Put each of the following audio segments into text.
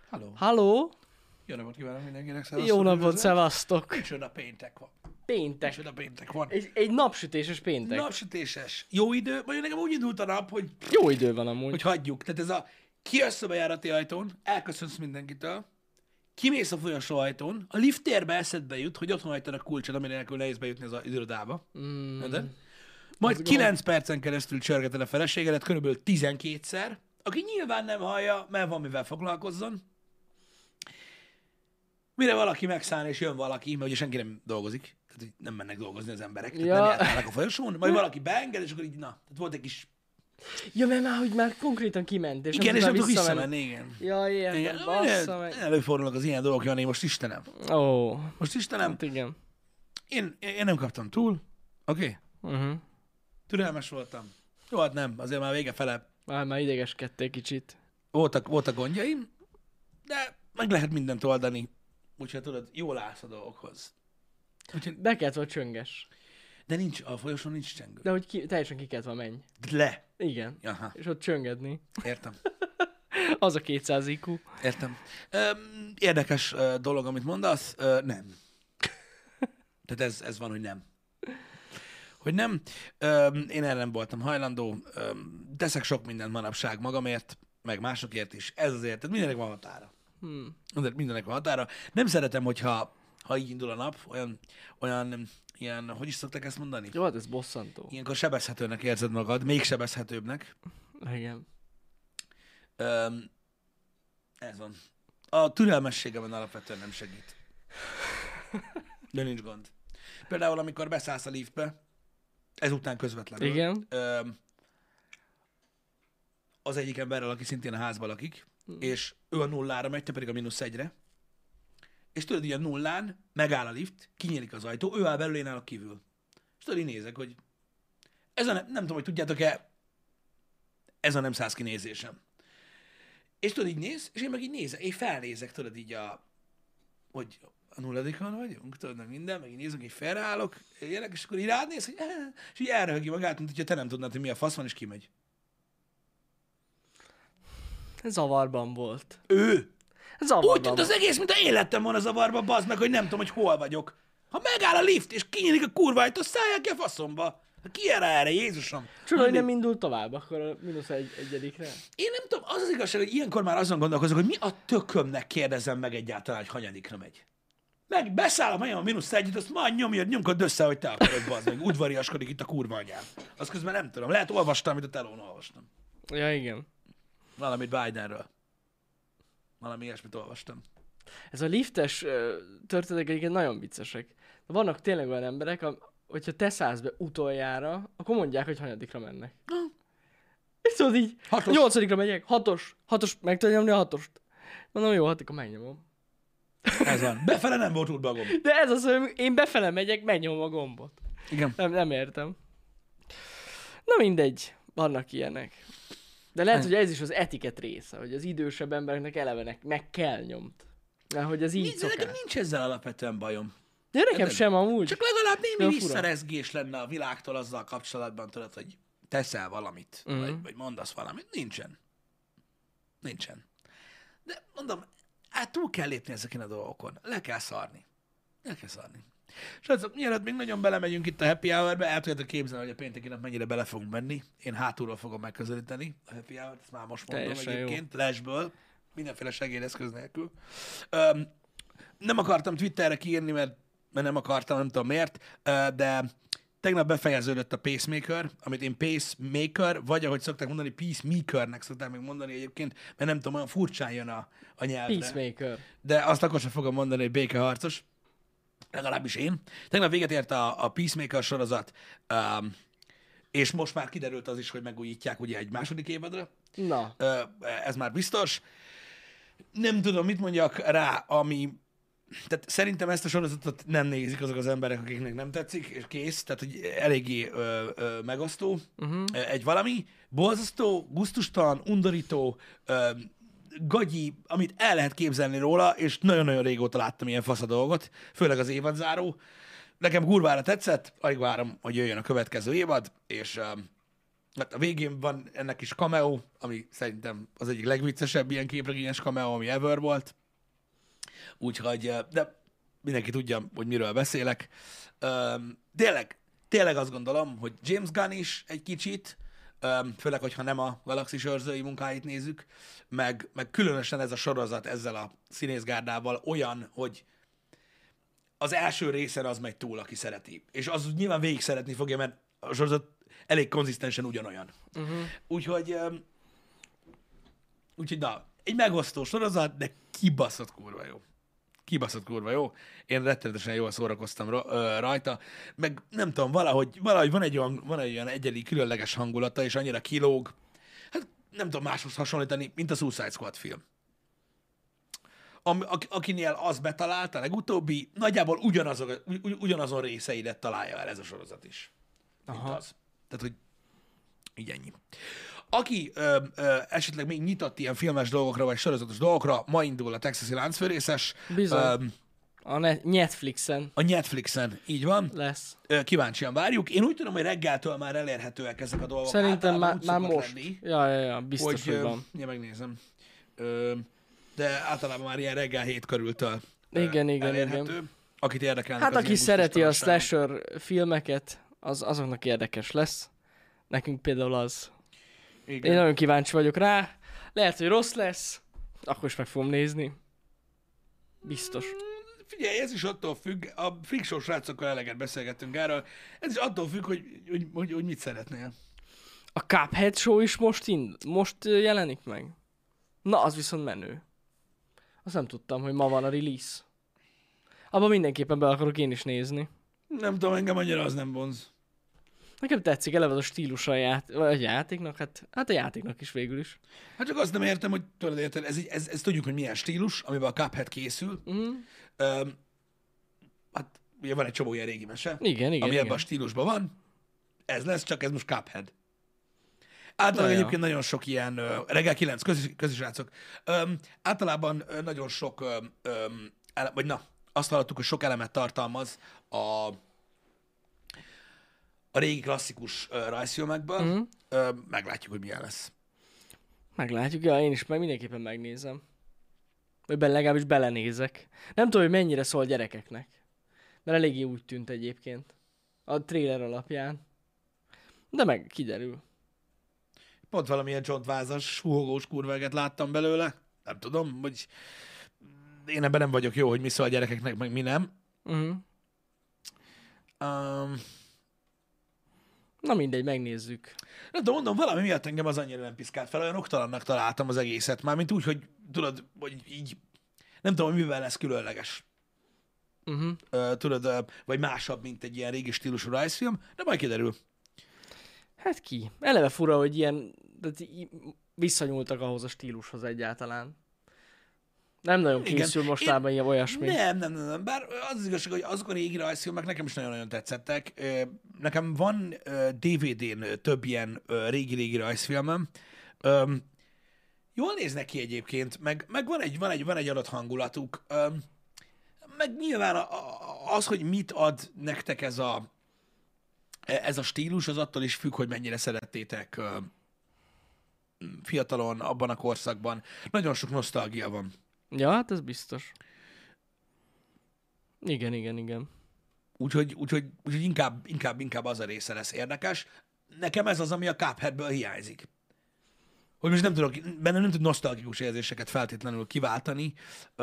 Halló. Halló? Jó napot kívánok mindenkinek, szevasztok. Jó napot, üdvözlök. szevasztok. Micsoda péntek van. Péntek. Micsoda péntek van. Egy napsütéses péntek. Napsütéses. Jó idő, vagy nekem úgy indult a nap, hogy Jó idő van amúgy. hagyjuk. Tehát ez a kijössz a bejárati ajtón, elköszönsz mindenkitől, kimész a folyosó ajtón, a liftérbe eszedbe jut, hogy otthon hagytad a kulcsot, amire nélkül nehéz bejutni az irodába. Érted? Majd 9 percen keresztül csörgeted a feleségedet, körülbelül 12-szer, aki nyilván nem hallja, mert van mivel foglalkozzon. Mire valaki megszáll, és jön valaki, mert ugye senki nem dolgozik, tehát hogy nem mennek dolgozni az emberek, tehát nem járnának a folyosón, majd valaki beenged, és akkor így, na, tehát volt egy kis... Ja, mert már, hogy már konkrétan kiment, és Igen, és nem tudok visszamenni. visszamenni, igen. Ja, Igen, értem, bassza meg. előfordulnak az ilyen dolgok, Jani, most Istenem. Ó, Most Istenem, hát igen. én nem kaptam túl, oké? Uh-huh. Türelmes voltam. Jó, hát nem, azért már vége fele Már idegeskedtél kicsit. voltak gondjaim, de meg lehet mindent oldani, úgyhogy tudod, jól állsz a dolgokhoz. Úgyhogy, Be kellett volna csönges. de nincs, a folyosón nincs csengő. De hogy teljesen ki kellett volna menj. Le. Igen. Aha, És ott csöngedni. értem. Az a 200 IQ. Értem. Érdekes dolog, amit mondasz. Nem. Tehát ez van, hogy nem. Hogy nem. Én erre nem voltam hajlandó. Teszek sok mindent manapság magamért, meg másokért is. Ez azért, tehát mindenek van határa. Azért mindenek van határa. Nem szeretem, hogyha így indul a nap, olyan ilyen, hogy is szokták ezt mondani? Jó, hát ez bosszantó. Ilyenkor sebezhetőnek érzed magad, még sebezhetőbbnek. Igen. Ez van. A türelmességemen alapvetően nem segít. De nincs gond. Például, amikor beszállsz a liftbe, ezután közvetlenül. Igen. Az egyik emberrel, aki szintén a házban lakik, és ő a nullára megy, te pedig a -1-re, és tudod, így a nullán megáll a lift, kinyílik az ajtó, ő áll belül, én állok kívül. És tudod, így nézek, hogy ez a nem tudom, hogy tudjátok-e, ez a nem száz kinézésem. És tudod, így néz, és én meg így nézek, én felnézek, tudod, így hogy a nulladikon vagyunk, tudod, meg minden, meg így nézek, így felreállok, ilyenek, és akkor így rád néz, hogy és így elröhögi magát, mint hogyha te nem tudnád, hogy mi a fasz van, és kimegy. Zavarban volt. Ő! Zavarban Úgy tűnt az egész, mint én lettem volna zavarba, bazd meg, hogy nem tudom, hogy hol vagyok. Ha megáll a lift, és kinyílik a kurva ajtó, szállják ki a faszomba. Ki erre, Jézusom? Csoda, hogy nem indult tovább, akkor a -1-re. Én nem tudom, az az igazság, hogy ilyenkor már azon gondolkozok, hogy mi a tökömnek kérdezem meg egyáltalán, hogy hanyadikra megy. Meg beszállom olyan a -1-et, azt majd nyomkod össze, hogy te akarod, bazd meg. Udvariaskodik itt a kurva anyám. Azt közben nem tudom. Lehet olvastam, amit a telón olvastam. Ja, igen. Valamit Bidenről. Valami ilyesmit olvastam. Ez a liftes történetek egyébként nagyon viccesek. Vannak tényleg olyan emberek, hogyha te szállsz be utoljára, akkor mondják, hogy hanyadikra mennek. És tudod így, 6-os. 8-ra megyek, 6-os, meg tudod nyomni a 6-ost. Mondom, jó, 6-ikor megnyomom. Ez van. Befele nem volt útba a gomb. De ez az, hogy én befele megyek, megnyomom a gombot. Igen. Nem értem. Na mindegy, vannak ilyenek. De lehet, hogy ez is az etiket része, hogy az idősebb embereknek elevenek meg kell nyomt. Mert hogy ez így De nekem szokás. nincs ezzel alapvetően bajom. De nekem Érted? sem amúgy. Csak legalább némi Olyan fura. visszarezgés lenne a világtól azzal kapcsolatban, tudod, hogy teszel valamit, vagy mondasz valamit. Nincsen. De mondom, hát túl kell lépni ezeken a dolgokon. Le kell szarni. Srácok, mielőtt még nagyon belemegyünk itt a happy hour-be, el tudjátok képzelni, hogy a pénteki nap mennyire bele fogunk menni. Én hátulról fogom megközelíteni a happy hour-t, ezt már most mondom Teljesen egyébként, lesből, mindenféle segédeszköz nélkül. Nem akartam Twitterre kiírni, mert nem akartam, nem tudom miért, de tegnap befejeződött a Pacemaker, amit én Pacemaker, vagy ahogy szokták mondani, Peacemakernek szokták még mondani egyébként, mert nem tudom, olyan furcsán jön a nyelvre. Peacemaker. De azt akkor sem fogom mondani, hogy békeharcos. Legalábbis én. Tegnap véget ért a Peacemaker sorozat, és most már kiderült az is, hogy megújítják ugye egy második évadra. Na, Ez már biztos. Nem tudom, mit mondjak rá, ami... Tehát szerintem ezt a sorozatot nem nézik azok az emberek, akiknek nem tetszik, és kész. Tehát, hogy eléggé megosztó. Egy valami. Borzasztó, gusztustalan, undorító, gagyi, amit el lehet képzelni róla, és nagyon-nagyon régóta láttam ilyen fasz a dolgot, főleg az évadzáró. Nekem kurvára tetszett, alig várom, hogy jöjjön a következő évad, és Hát a végén van ennek is cameo, ami szerintem az egyik legviccesebb ilyen képregényes cameo, ami ever volt. Úgyhogy, de mindenki tudja, hogy miről beszélek. Tényleg azt gondolom, hogy James Gunn is egy kicsit, főleg, hogyha nem a Galaxis őrzői munkáit nézzük, meg különösen ez a sorozat ezzel a színészgárdával olyan, hogy az első részen az megy túl, aki szereti. És az nyilván végig szeretni fogja, mert a sorozat elég konzisztensen ugyanolyan. Úgyhogy na, egy megosztó sorozat, de kibaszott kurva jó. Kibaszott kurva jó. Én rettenetesen jól szórakoztam rajta. Meg nem tudom, valahogy van egy olyan egyedi, különleges hangulata, és annyira kilóg. Hát nem tudom máshoz hasonlítani, mint a Suicide Squad film. Akinél az betalálta, a legutóbbi, nagyjából ugyanazon részeidet találja el ez a sorozat is. Mint az. Tehát, hogy így ennyi. Aki esetleg még nyitott ilyen filmes dolgokra, vagy sorozatos dolgokra, ma indul a Texasi láncfőrészes. Bizony. A Netflixen. A Netflixen, így van. Lesz. Kíváncsian várjuk. Én úgy tudom, hogy reggeltől már elérhetőek ezek a dolgok. Szerintem már most. Lenni, Ja, biztos, hogy van. Ja, megnézem. De általában már ilyen reggel 7 körültől Igen. Akit érdekelnek. Hát aki szereti a slasher filmeket, azoknak érdekes lesz. Nekünk például az. Igen. Én nagyon kíváncsi vagyok rá. Lehet, hogy rossz lesz, akkor is meg fogom nézni. Biztos. Figyelj, ez is attól függ, a Freak Show srácokkal eleget beszélgettünk erről, ez is attól függ, hogy mit szeretnél. A Cuphead Show is most jelenik meg? Na, az viszont menő. Azt nem tudtam, hogy ma van a release. Abba mindenképpen be akarok én is nézni. Nem tudom, engem annyira az nem vonz. Nekem tetszik eleve az a stílusa a játéknak, hát a játéknak is végül is. Hát csak azt nem értem, hogy tudod, érted, ez tudjuk, hogy milyen stílus, amiben a Cuphead készül. Hát ugye van egy csomó ilyen régi mese, ami ebben a stílusban van. Ez lesz, csak ez most Cuphead. Általában egyébként nagyon sok ilyen, reggel 9, közisrácok, általában nagyon sok, azt hallottuk, hogy sok elemet tartalmaz a régi klasszikus rajzfilmekből. Meglátjuk, hogy milyen lesz. Meglátjuk, ja, én is mindenképpen megnézem. Vagy legalábbis belenézek. Nem tudom, hogy mennyire szól gyerekeknek. Mert eléggé úgy tűnt egyébként. A trailer alapján. De meg kiderül. Pont valamilyen csontvázas, suhogós kurveget láttam belőle. Nem tudom, hogy én ebben nem vagyok jó, hogy mi szól a gyerekeknek, meg mi nem. Na mindegy, megnézzük. Nem tudom, mondom, valami miatt engem az annyira nem piszkált fel, olyan oktalannak találtam az egészet. Mármint úgy, hogy tudod, hogy így nem tudom, hogy mivel lesz különleges. Tudod, vagy másabb, mint egy ilyen régi stílusú rajzfilm, de majd kiderül. Hát ki? Eleve fura, hogy ilyen visszanyúltak ahhoz a stílushoz egyáltalán. Nem nagyon készül mostában ilyen olyasmi. Nem. Bár az igazság, hogy azok a régi rajzfilmek nekem is nagyon-nagyon tetszettek. Nekem van DVD-n több ilyen régi rajzfilmem. Jól néznek ki egyébként, meg van egy adott hangulatuk. Meg nyilván az, hogy mit ad nektek ez a stílus, az attól is függ, hogy mennyire szerettétek fiatalon, abban a korszakban. Nagyon sok nosztalgia van. Ja, hát ez biztos. Igen. Úgyhogy inkább az a része lesz érdekes. Nekem ez az, ami a Cupheadből hiányzik. Hogy most benne nem tud nosztalgikus érzéseket feltétlenül kiváltani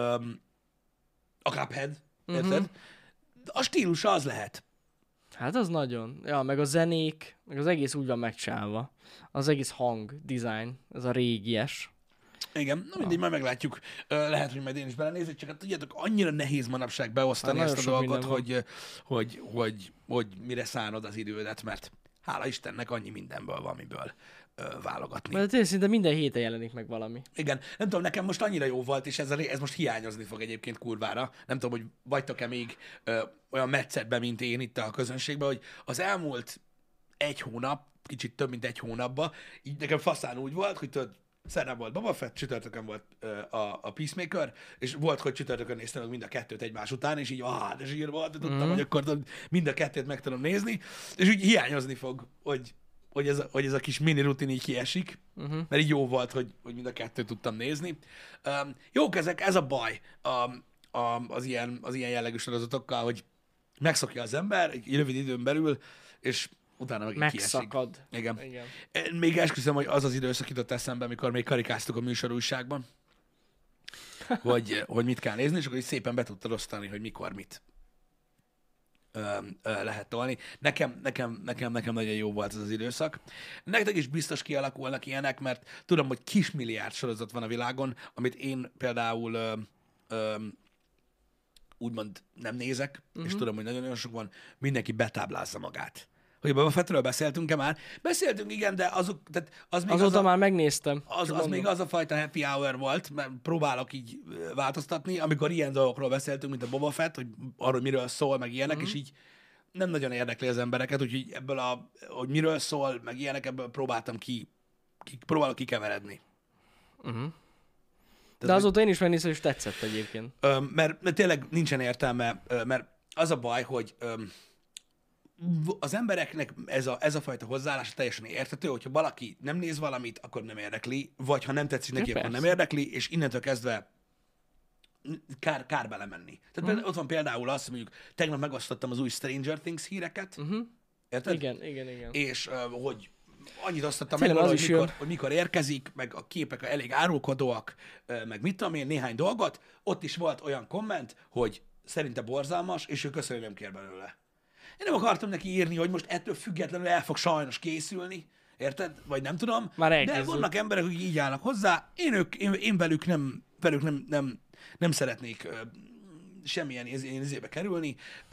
a Cuphead, érted? A stílusa az lehet. Hát az nagyon. Ja, meg a zenék, meg az egész úgy van megcsinálva. Az egész hang, design, ez a régies. Igen, na mindegy, majd meglátjuk. Lehet, hogy majd én is belenézek, csak hát tudjátok, annyira nehéz manapság beosztani ezt a dolgot, hogy mire szánod az idődet, mert hála Istennek annyi mindenből van, amiből válogatni. Mert tényleg szinte minden héten jelenik meg valami. Igen, nem tudom, nekem most annyira jó volt, és ez most hiányozni fog egyébként kurvára. Nem tudom, hogy vagytok-e még olyan metszetben, mint én itt a közönségben, hogy az elmúlt egy hónap, kicsit több mint egy hónapban, így nekem faszán úgy volt, hogy tudod, szerdán volt Boba Fett, csütörtökön volt a Peacemaker, és volt, hogy csütörtökön néztem meg mind a kettőt egymás után, és így, de zsír volt, tudtam, hogy akkor mind a kettőt meg tudom nézni, és úgy hiányozni fog, hogy hogy ez a kis mini rutin így kiesik, mert így jó volt, hogy mind a kettőt tudtam nézni. Jók ezek, ez a baj az ilyen jellegű sorozatokkal, hogy megszokja az ember egy rövid időn belül, és utána megint Megszakad. kiesik. Igen. Még esküszöm, hogy az időszak jutott eszembe, amikor még karikáztuk a műsorújságban, hogy mit kell nézni, és akkor így szépen be tudtad osztani, hogy mikor mit lehet tolni. Nekem nagyon jó volt ez az időszak. Nektek is biztos kialakulnak ilyenek, mert tudom, hogy kismilliárd sorozat van a világon, amit én például úgymond nem nézek, és tudom, hogy nagyon-nagyon sok van, mindenki betáblázza magát. Hogy a Boba Fettről beszéltünk-e már? Beszéltünk, igen, de az még azóta már megnéztem. Az még az a fajta happy hour volt, mert próbálok így változtatni, amikor ilyen dolgokról beszéltünk, mint a Boba Fett, hogy arról miről szól, meg ilyenek, és így nem nagyon érdekli az embereket, úgyhogy ebből hogy miről szól, meg ilyenek, ebből próbáltam próbálok kikeveredni. De azóta én is megnéztem, és tetszett egyébként. Mert tényleg nincsen értelme, mert az a baj, hogy az embereknek ez a fajta hozzáállás teljesen érthető, hogyha valaki nem néz valamit, akkor nem érdekli, vagy ha nem tetszik neki, akkor nem érdekli, és innentől kezdve kár belemenni. Tehát ott van például az, hogy mondjuk tegnap megosztottam az új Stranger Things híreket, érted? Igen. És hogy annyit osztottam meg róla, hogy mikor érkezik, meg a képek elég árulkodóak, meg mit tudom én, néhány dolgot. Ott is volt olyan komment, hogy szerinte borzalmas, és ő köszönöm, nem kér belőle. Én nem akartam neki írni, hogy most ettől függetlenül el fog sajnos készülni, érted? Vagy nem tudom. De vannak emberek, akik így állnak hozzá. Én velük nem szeretnék semmilyen izébe kerülni.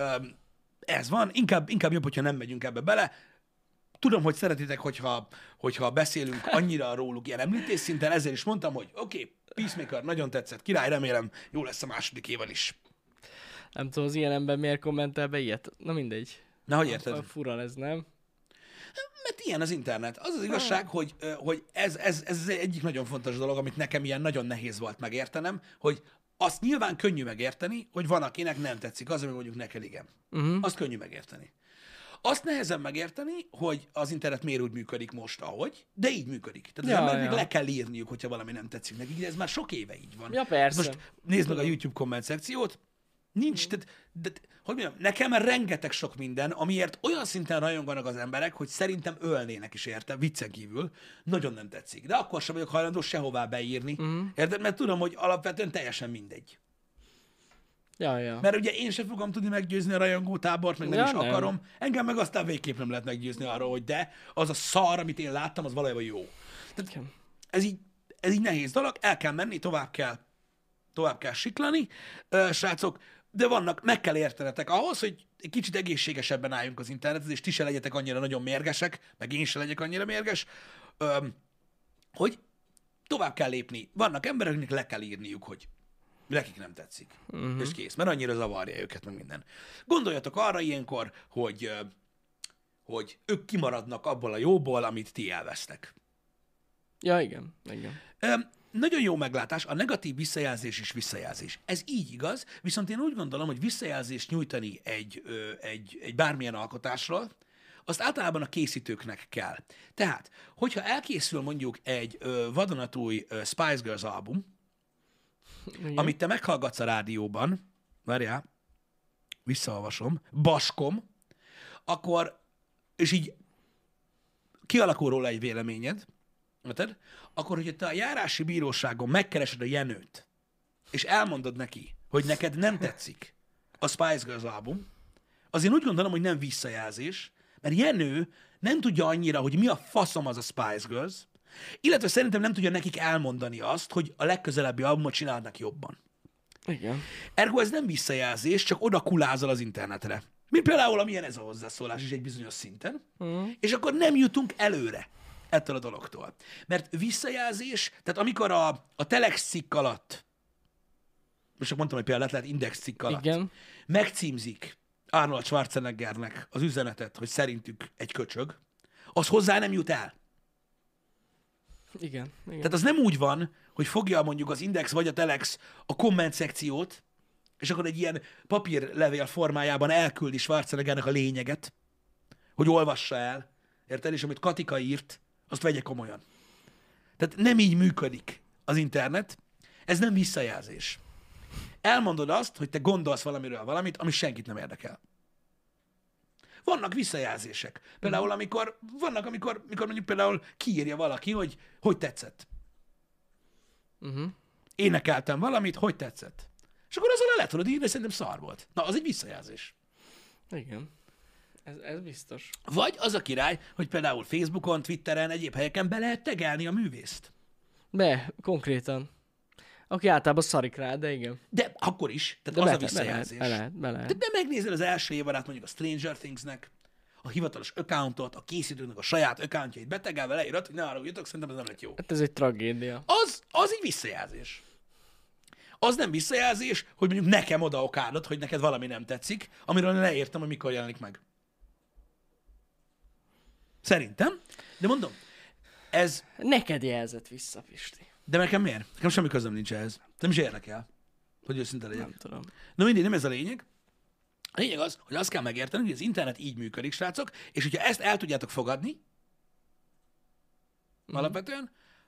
Ez van. Inkább jobb, hogyha nem megyünk ebbe bele. Tudom, hogy szeretitek, hogyha beszélünk annyira róluk ilyen említés szinten, ezért is mondtam, hogy oké, Peacemaker, nagyon tetszett, király, remélem, jó lesz a második évad is. Nem tudom, az ilyen ember miért kommentel be ilyet. Na mindegy. Na, hogy érted? Fura ez, nem? Mert ilyen az internet. Az igazság, hogy ez egyik nagyon fontos dolog, amit nekem ilyen nagyon nehéz volt megértenem, hogy azt nyilván könnyű megérteni, hogy van, akinek nem tetszik az, ami mondjuk neked igen. Azt könnyű megérteni. Azt nehezen megérteni, hogy az internet miért úgy működik most, ahogy, de így működik. Tehát az embereknek le kell írniuk, hogyha valami nem tetszik nekik, de ez már sok éve így van. Ja, persze. Most nézd meg a YouTube komment szekciót, nincs, hogy mondjam, nekem rengeteg sok minden, amiért olyan szinten rajonganak az emberek, hogy szerintem ölnének is érte, viccen kívül, nagyon nem tetszik. De akkor sem vagyok hajlandó sehová beírni, érted? Mert tudom, hogy alapvetően teljesen mindegy. Ja. Mert ugye én sem fogom tudni meggyőzni a rajongótábort, meg nem is akarom. Engem meg aztán végképp nem lehet meggyőzni arról, hogy de az a szar, amit én láttam, az valójában jó. Tehát ez így nehéz dolog, el kell menni, tovább kell siklani, srácok, de meg kell értenetek ahhoz, hogy egy kicsit egészségesebben álljunk az internetet, és ti se legyetek annyira nagyon mérgesek, meg én se legyek annyira mérges, hogy tovább kell lépni. Vannak emberek, akiknek le kell írniuk, hogy nekik nem tetszik. És kész, mert annyira zavarja őket, meg minden. Gondoljatok arra ilyenkor, hogy ők kimaradnak abból a jóból, amit ti elvesztek. Ja, igen. Nagyon jó meglátás, a negatív visszajelzés is visszajelzés. Ez így igaz, viszont én úgy gondolom, hogy visszajelzést nyújtani egy bármilyen alkotásról, azt általában a készítőknek kell. Tehát, hogyha elkészül mondjuk egy vadonatúj Spice Girls album, igen, amit te meghallgatsz a rádióban, várjál, visszaolvasom, baskom, akkor, és így kialakul róla egy véleményed, érted? Akkor, hogyha te a járási bíróságon megkeresed a Jenőt, és elmondod neki, hogy neked nem tetszik a Spice Girls album, az én úgy gondolom, hogy nem visszajelzés, mert Jenő nem tudja annyira, hogy mi a faszom az a Spice Girls, illetve szerintem nem tudja nekik elmondani azt, hogy a legközelebbi albumot csinálnak jobban. Igen. Ergo ez nem visszajelzés, csak oda kulázol az internetre. Mint például, amilyen ez a hozzászólás is egy bizonyos szinten, és akkor nem jutunk előre ettől a dologtól. Mert visszajelzés, tehát amikor a Telex cikk alatt, most csak mondtam, hogy példát lehet Index cikk alatt, igen, megcímzik Arnold Schwarzeneggernek az üzenetet, hogy szerintük egy köcsög, az hozzá nem jut el. Igen. Tehát az nem úgy van, hogy fogja mondjuk az Index vagy a Telex a komment szekciót, és akkor egy ilyen papírlevél formájában elküldi Schwarzeneggernek a lényeget, hogy olvassa el, Érted? És amit Katika írt, azt vegye komolyan. Tehát nem így működik az internet, ez nem visszajelzés. Elmondod azt, hogy te gondolsz valamiről valamit, ami senkit nem érdekel. Vannak visszajelzések. Például, amikor mondjuk például kiírja valaki, hogy tetszett. Énekeltem valamit, hogy tetszett. És akkor azzal le tudod írni, szerintem szar volt. Na, az egy visszajelzés. Igen. Ez biztos. Vagy az a király, hogy például Facebookon, Twitteren, egyéb helyeken be lehet tegelni a művészt. Konkrétan. Aki általában szarik rá, de igen. De akkor is. Tehát De az a visszajelzés. Be lehet. De megnézed az első évadát mondjuk a Stranger Thingsnek, a hivatalos accountot, a készítőnek a saját accountjait betegelve leírod, hogy ne haragudjatok, szerintem ez nem lett jó. Hát ez egy tragédia. Az egy visszajelzés. Az nem visszajelzés, hogy mondjuk nekem odaokádod, hogy neked valami nem tetszik, amiről leírtam, hogy mikor jelenik meg. Szerintem. De mondom, ez... Neked jelzett vissza, Pisti. De nekem miért? Nekem semmi közöm nincs ehhez. Nem is érdekel, hogy őszinte legyek. Nem tudom. Na mindig, nem ez a lényeg. A lényeg az, hogy azt kell megérteni, hogy az internet így működik, srácok, és hogyha ezt el tudjátok fogadni, alapvetően,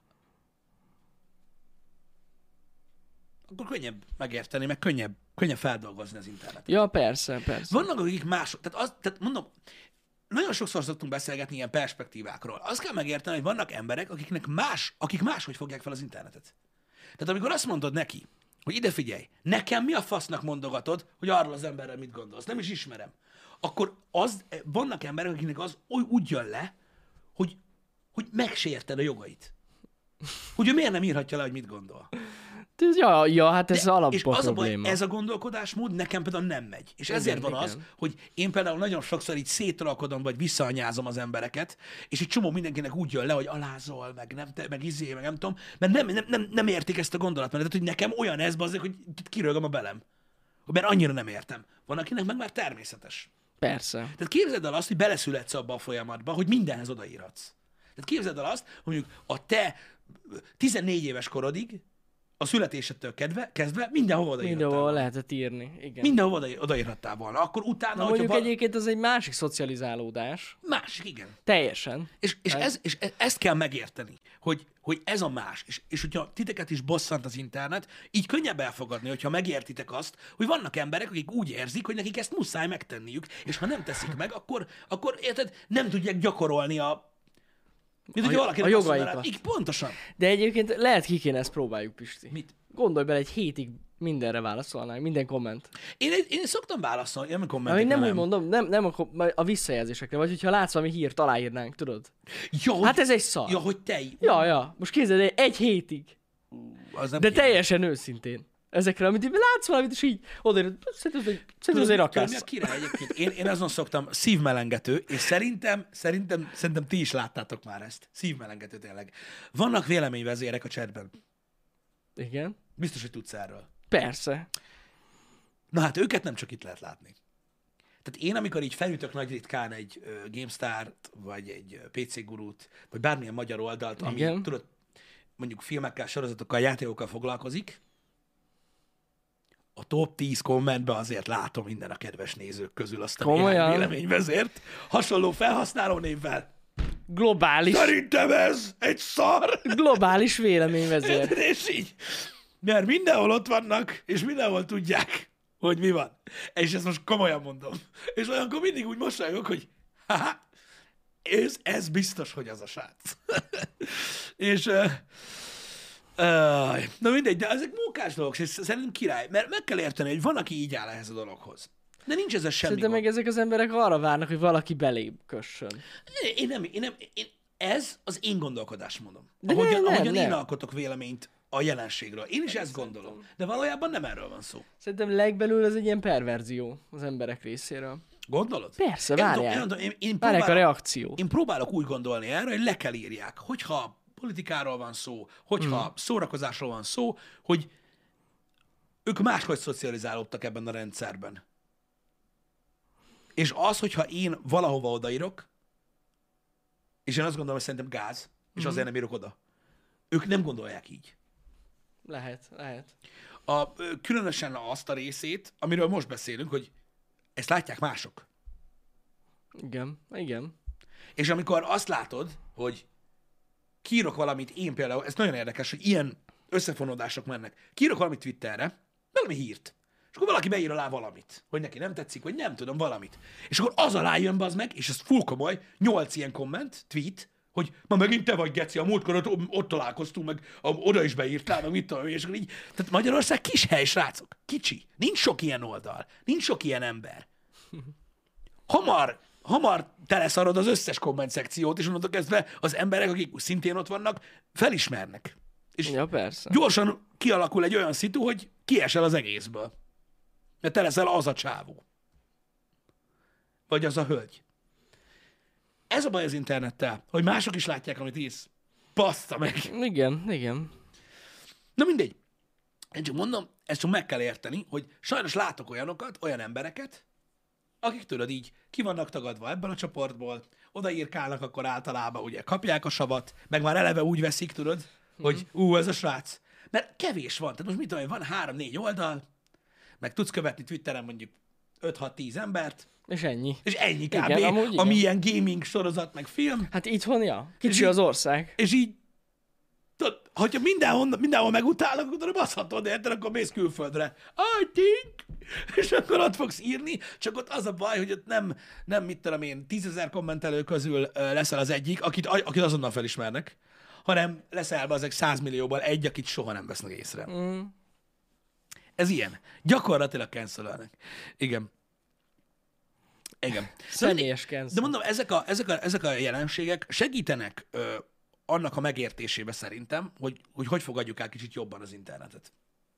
akkor könnyebb megérteni, meg könnyebb feldolgozni az internetet. Ja, persze. Vannak, akik mások, tehát mondom, nagyon sokszor szoktunk beszélgetni ilyen perspektívákról. Azt kell megérteni, hogy vannak emberek, akik máshogy fogják fel az internetet. Tehát amikor azt mondod neki, hogy ide figyelj, nekem mi a fasznak mondogatod, hogy arról az emberrel mit gondolsz, nem is ismerem, akkor vannak emberek, akiknek az úgy jön le, hogy megsérted a jogait. Hogy ő miért nem írhatja le, hogy mit gondol. Ja, hát ez alapból és az probléma. a baj, ez a gondolkodásmód nekem például nem megy. És ezért van az, hogy én például nagyon sokszor így szétralkodom, vagy visszaanyázom az embereket, és egy csomó mindenkinek úgy jön le, hogy alázol, meg nem tudom, mert nem értik ezt a gondolatmenetet, hogy nekem olyan ez, bazdek, hogy kirögöm a belem. Mert annyira nem értem. Van, akinek meg már természetes. Persze. Tehát képzeld el azt, hogy beleszületsz abba a folyamatba, hogy mindenhez odaírhatsz. Tehát képzeld el azt, hogy mondjuk a te 14 éves korodig, a születésedtől kezdve mindenhova odaírhattál. Mindenhova lehetett írni, igen. Mindenhova odaírhattál volna. Akkor utána, Na, mondjuk egyébként az egy másik szocializálódás. Másik, igen. Teljesen. És ezt kell megérteni, hogy ez a más. És hogyha titeket is bosszant az internet, így könnyebb elfogadni, hogyha megértitek azt, hogy vannak emberek, akik úgy érzik, hogy nekik ezt muszáj megtenniük, és ha nem teszik meg, akkor érted, nem tudják gyakorolni a jogaikat. Így pontosan. De egyébként lehet ki kéne ezt próbáljuk, Pisti. Mit? Gondolj bele, egy hétig mindenre válaszolnál, minden komment. Én szoktam válaszolni, nem a kommentekre, nem úgy mondom, nem a visszajelzésekre, vagy hogyha látsz valami hírt, aláírnánk, tudod? Ja, hát ez egy szar. Ja, hogy te... Ja. Most képzeld, egy hétig. De teljesen őszintén. Ezekre, amit látsz valamit, és így odaírod, szerintem azért rakás. Mi a király egyébként? Én azon szoktam, szívmelengető, és szerintem ti is láttátok már ezt. Szívmelengető tényleg. Vannak véleményvezérek a chatben. Igen. Biztos, hogy tudsz erről. Persze. Na hát őket nem csak itt lehet látni. Tehát én, amikor így felütök nagy ritkán egy GameStar-t, vagy egy PC Gurút, vagy bármilyen magyar oldalt, ami, tudod, mondjuk filmekkel, sorozatokkal, játékokkal foglalkozik, a top 10 kommentben azért látom minden a kedves nézők közül azt a néhány véleményvezért. Hasonló felhasználó névvel. Globális. Szerintem ez egy szar. Globális véleményvezér. És így. Mert mindenhol ott vannak, és mindenhol tudják, hogy mi van. És ezt most komolyan mondom. És olyankor mindig úgy mosolyogok, hogy haha, ez biztos, hogy az a srác. És na mindegy, de ezek munkás dolgok, és szerintem király, mert meg kell érteni, hogy van, aki így áll ehhez a dologhoz. De nincs ez a semmi de meg ezek az emberek arra várnak, hogy valaki belép kössön. Ez az én gondolkodásmódom. De ahogyan én alkotok véleményt a jelenségről. Én is ezt gondolom. De valójában nem erről van szó. Szerintem legbelül ez egy ilyen perverzió az emberek részéről. Gondolod? Persze, várják. Várják a reakció. Én próbálok úgy gondolni erre, hogy le kell írják, hogyha politikáról van szó, hogyha szórakozásról van szó, hogy ők máshogy szocializálódtak ebben a rendszerben. És az, hogyha én valahova odaírok, és én azt gondolom, hogy szerintem gáz, és azért nem írok oda. Ők nem gondolják így. Lehet. Különösen azt a részét, amiről most beszélünk, hogy ezt látják mások. Igen. És amikor azt látod, hogy kiírok valamit, én például, ez nagyon érdekes, hogy ilyen összefonódások mennek. Kiírok valamit Twitterre, valami hírt, és akkor valaki beír alá valamit, hogy neki nem tetszik, vagy nem tudom, valamit. És akkor az alá jön be az meg, és ez full komoly, 8 ilyen komment, tweet, hogy ma megint te vagy, geci, a múltkor ott találkoztunk, meg oda is beírtál, meg mit tudom, és akkor így. Tehát Magyarország kis hely, srácok, kicsi. Nincs sok ilyen oldal, nincs sok ilyen ember. Hamar teleszarod az összes komment szekciót, és onnantól kezdve az emberek, akik szintén ott vannak, felismernek. És Ja, persze. gyorsan kialakul egy olyan szitu, hogy kiesel az egészből. Mert te leszel az a csávó. Vagy az a hölgy. Ez a baj az internettel, hogy mások is látják, amit írsz. Bassza meg! Igen. Na mindegy. Én csak mondom, ezt csak meg kell érteni, hogy sajnos látok olyanokat, olyan embereket, akik tudod így ki vannak tagadva ebből a csoportból, odaírkálnak, akkor általában ugye kapják a savat, meg már eleve úgy veszik, tudod, hogy ez a srác. Mert kevés van. Tehát most mit tudom én, van 3-4 oldal, meg tudsz követni Twitteren mondjuk 5-6-10 embert, És ennyi. és ennyi kb. Igen, amúgy igen. Ami ilyen gaming sorozat, meg film, Hát itthon, ja. Kicsi így- az ország. és így, tudod, hogyha mindenhol megutálnak, akkor baszhatod, érted, akkor mész külföldre. I think! És akkor ott fogsz írni, csak ott az a baj, hogy ott nem mit tudom én, 10 000 kommentelő közül leszel az egyik, akit azonnal felismernek, hanem leszel be ezek 100 millióból egy, akit soha nem vesznek észre. Ez ilyen. Gyakorlatilag cancelölnek. Igen. Személyes De cancel. mondom, ezek a jelenségek segítenek annak a megértésébe szerintem, hogy fogadjuk el kicsit jobban az internetet.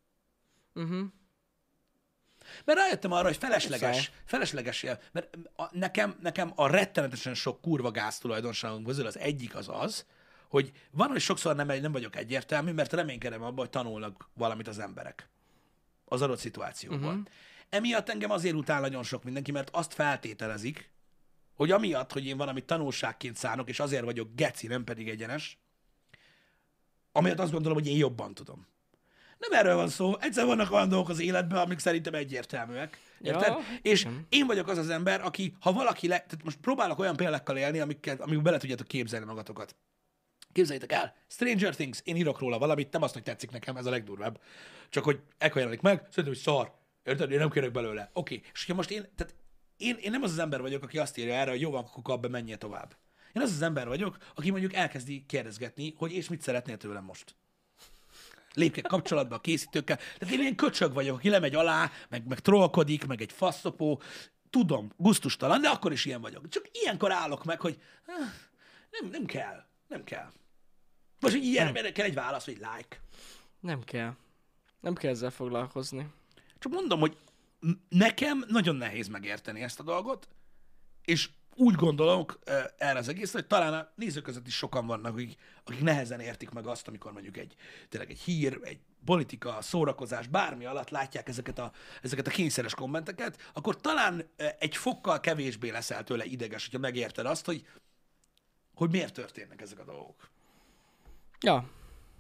Mert rájöttem arra, hogy felesleges, mert nekem a rettenetesen sok kurva gáz tulajdonságom közül az egyik az, hogy van, hogy sokszor nem vagyok egyértelmű, mert reménykedem abban, hogy tanulnak valamit az emberek az adott szituációból. Emiatt engem azért utál nagyon sok mindenki, mert azt feltételezik, hogy amiatt, hogy én valamit tanulságként szánok, és azért vagyok geci, nem pedig egyenes, amiatt azt gondolom, hogy én jobban tudom. Nem erről van szó. Egyszer vannak olyan dolgok az életben, amik szerintem egyértelműek. Érted? Ja, És én vagyok az az ember, aki, ha valaki tehát most próbálok olyan példákkal élni, amikkel bele tudjátok képzelni magatokat. Képzeljétek el, Stranger Things, én írok róla valamit, nem azt, hogy tetszik nekem, ez a legdurvább. Csak hogy ekkor jelenik meg, szerintem, hogy szar. Érted? Én nem kérek belőle. Oké. És hogyha most én nem az az ember vagyok, aki azt írja erre, hogy jó van, akkor kap be, menjél tovább. Én az az ember vagyok, aki mondjuk elkezdi kérdezgetni, hogy és mit szeretnél tőlem most. Lépkek kapcsolatba a készítőkkel. Tehát én ilyen köcsög vagyok, aki lemegy alá, meg trollkodik, meg egy faszopó. Tudom, gusztustalan, de akkor is ilyen vagyok. Csak ilyenkor állok meg, hogy nem kell. Most így ilyenre kell egy válasz, vagy like. Nem kell. Nem kell ezzel foglalkozni. Csak mondom, hogy nekem nagyon nehéz megérteni ezt a dolgot, és úgy gondolok erre az egész, hogy talán a nézők között is sokan vannak, akik nehezen értik meg azt, amikor mondjuk tényleg egy hír, egy politika, szórakozás, bármi alatt látják ezeket a kényszeres kommenteket, akkor talán egy fokkal kevésbé leszel tőle ideges, hogyha megérted azt, hogy miért történnek ezek a dolgok. Ja.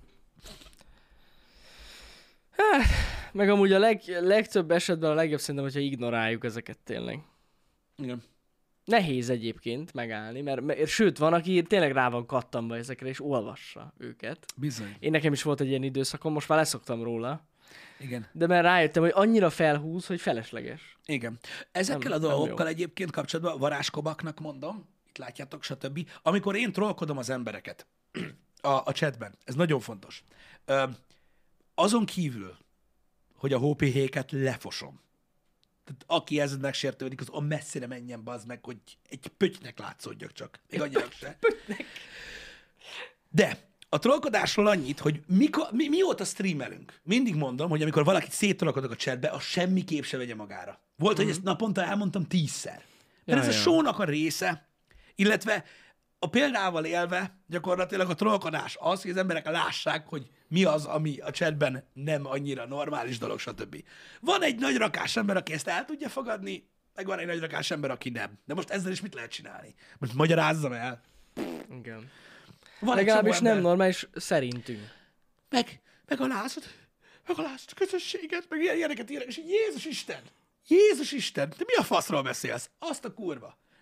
Hát, meg amúgy a legtöbb esetben a legjobb szerintem, hogyha ignoráljuk ezeket tényleg. Igen. Nehéz egyébként megállni, mert sőt, van, aki tényleg rá van kattanva ezekre, és olvassa őket. Bizony. Én nekem is volt egy ilyen időszakom, most már leszoktam róla. Igen. De már rájöttem, hogy annyira felhúz, hogy felesleges. Igen. Ezekkel a dolgokkal egyébként kapcsolatban varázskobaknak mondom, itt látjátok, stb. Amikor én trollkodom az embereket a chatben, ez nagyon fontos. Azon kívül, hogy a hópihéket lefosom. Tehát aki ezzel megsértődik, az a messzire menjen, bazd meg, hogy egy pöttynek látszódjak csak. Még annyira se. De a trollkodásról annyit, hogy mióta streamelünk, mindig mondom, hogy amikor valakit széttrollkodok a chatbe, az semmiképp se vegye magára. Volt, hogy ezt naponta elmondtam 10-szer. Mert ez a show-nak a része, illetve a példával élve gyakorlatilag a trollkodás az, hogy az emberek lássák, hogy mi az, ami a chatben nem annyira normális dolog, stb. Van egy nagy rakás ember, aki ezt el tudja fogadni, meg van egy nagy rakás ember, aki nem. De most ezzel is mit lehet csinálni? Most magyarázzam el. Igen. Van legalábbis nem normális szerintünk. Megalázod a közösséget, meg ilyeneket írnak, és így Jézus Isten, te mi a faszról beszélsz? Azt a kurva.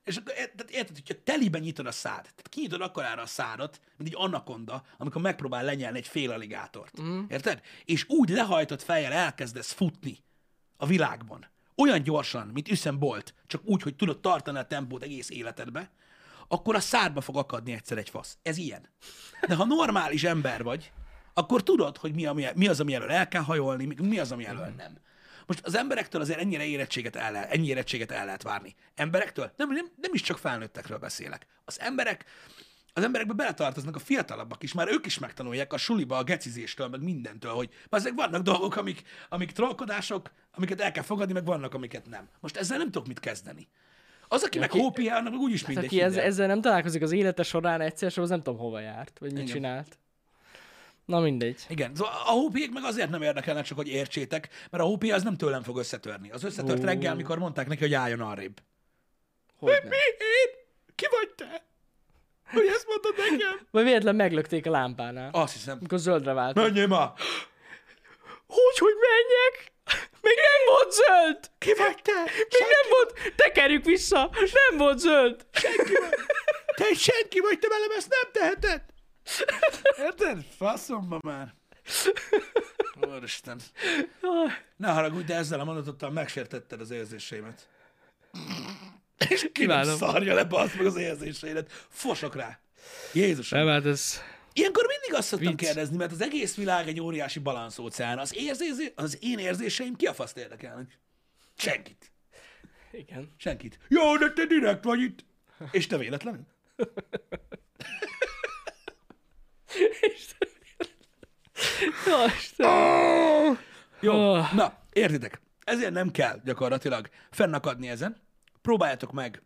És akkor tehát érted, hogyha teliben nyitod a szád, tehát kinyitod akkorára a szádat, mint egy anakonda, amikor megpróbál lenyelni egy fél aligátort. Érted? És úgy lehajtott fejjel elkezdesz futni a világban. Olyan gyorsan, mint Usain Bolt, csak úgy, hogy tudod tartani a tempót egész életedbe, akkor a szádba fog akadni egyszer egy fasz. Ez ilyen. De ha normális ember vagy, akkor tudod, hogy mi az, ami elől el kell hajolni, mi az, ami elől nem. Most az emberektől azért ennyi érettséget el lehet várni. Emberektől? Nem is csak felnőttekről beszélek. Az emberekbe beletartoznak a fiatalabbak is, már ők is megtanulják a suliba, a gecizéstől, meg mindentől, hogy azért vannak dolgok, amik trollkodások, amiket el kell fogadni, meg vannak, amiket nem. Most ezzel nem tudok mit kezdeni. Az, aki meg hópiál, annak úgyis mindegy. Aki ezzel nem találkozik az élete során egyszer, az nem tudom hova járt, vagy mit csinált. Na mindegy. Igen, szóval a hópiék meg azért nem érdekelnek, csak hogy értsétek, mert a hópia az nem tőlem fog összetörni. Az összetört reggel, mikor mondták neki, hogy álljon arrébb. Hogyne. Mi? Én? Ki vagy te? Hogy ezt mondod nekem? Vagy véletlen meglökték a lámpánál. Azt hiszem. Amikor zöldre váltott. Menjél már! Hogy menjek? Még nem volt zöld! Ki vagy te? Még nem volt! Tekerjük vissza! Nem volt zöld! Senki vagy! Te egy senki vagy, te velem ezt nem teheted! Érted? Faszomba már. Úristen. Ne haragudj, de ezzel a mondatottal megsértetted az érzéseimet. És ki nem szarja le, bassz meg az érzéseidet. Fosok rá. Jézusom. Nem, hát ez... Ilyenkor mindig azt szoktam kérdezni, mert az egész világ egy óriási balanszóceán. Az én érzéseim ki a faszt érdekelnek? Senkit. Igen. Senkit. Jó, de te direkt vagy itt. És te véletlenül? Jó, na, értitek. Ezért nem kell gyakorlatilag fennakadni ezen. Próbáljátok meg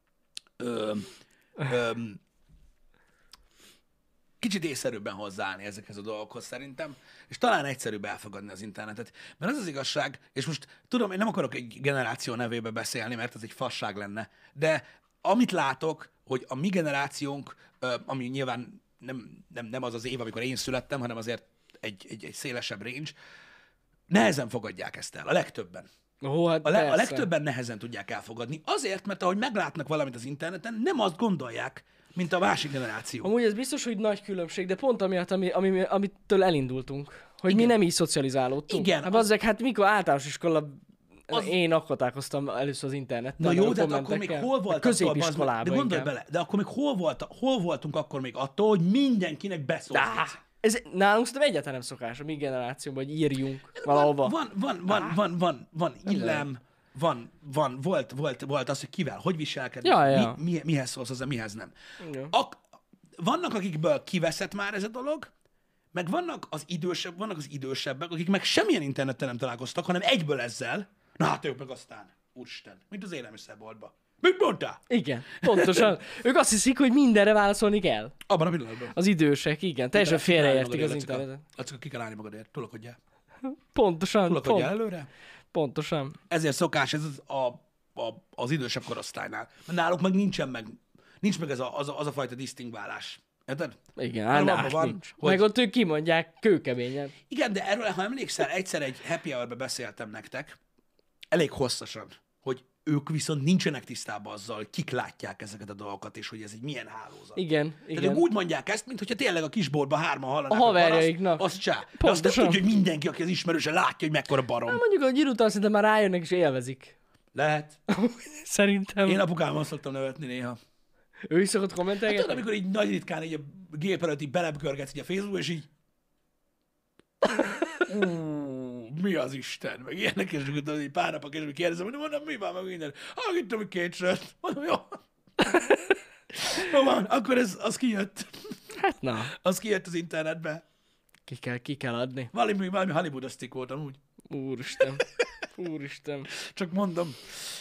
kicsit észszerűbben hozzáállni ezekhez a dolgokhoz szerintem, és talán egyszerűbb elfogadni az internetet. Mert az az igazság, és most tudom, én nem akarok egy generáció nevébe beszélni, mert ez egy fasság lenne, de amit látok, hogy a mi generációnk, ami nyilván nem az az év, amikor én születtem, hanem azért egy szélesebb range, nehezen fogadják ezt el, a legtöbben. Hát a legtöbben nehezen tudják elfogadni. Azért, mert ahogy meglátnak valamit az interneten, nem azt gondolják, mint a másik generáció. Amúgy ez biztos, hogy nagy különbség, de pont amiatt, amitől elindultunk. Hogy igen. Mi nem így szocializálódtunk. Igen. Hát mikor általános iskola, én akkor találkoztam először az interneten. Na jó, de akkor még hol volt középiskolában. De gondolj bele, de akkor még hol voltunk akkor még attól, hogy mindenkinek beszólsz. Ez nálunk szerintem egyáltalán nem szokás, a mi generációban, hogy írjunk valahova. Van illem, volt az, hogy kivel, hogy viselkedik, ja. mihez szólsz hozzá, mihez nem. Ja. Vannak, akikből kiveszett már ez a dolog, meg vannak az idősebbek, akik meg semmilyen interneten nem találkoztak, hanem egyből ezzel. Na hát ők meg aztán, úristen, mint az élelmiszerboltba. Mit mondtál? Igen, pontosan. Ők azt hiszik, hogy mindenre válaszolni kell. Abban a pillanatban. Az idősek, igen. Teljesen félreértik az internetet. Csak ki kell állni magadért. Tulakodjál. Pontosan. Tulakodjál előre. Pontosan. Ezért szokás ez az idősebb korosztálynál. Mert náluk meg nincs meg ez az a fajta disztingválás. Érted? Igen, állás nincs. Hogy... Meg ott ők kimondják kőkeményen. Igen, de erről, ha emlékszel, egyszer egy happy hour-be beszéltem nektek, elég hosszasan, hogy ők viszont nincsenek tisztában azzal, hogy kik látják ezeket a dolgokat, és hogy ez egy milyen hálózat. Igen. Tehát ők úgy mondják ezt, mintha tényleg a kisboltban hárman hallanák a haverjaiknak. Az csá. De azt nem tudja, hogy mindenki, aki az ismerőse, látja, hogy mekkora barom. Na, mondjuk, hogy után szerintem már rájönnek és élvezik. Lehet. Szerintem. Én apukámmal szoktam nevetni néha. Ő is szokott kommentelni? Hát tudod, amikor így nagy ritkán így a gép előtt így belebkörgetsz így a Facebookon, és így... mi az Isten? Meg ilyenek, és tudod, így pár napok később kérdezem, hogy mondom, mi van, meg minden. Ittam egy 2 sört. Mondom, jó. Jó van, akkor az kijött. Hát na. Az kijött az internetbe. Ki kell adni. Valami hollywoodasztik voltam úgy. Úristen. Csak mondom.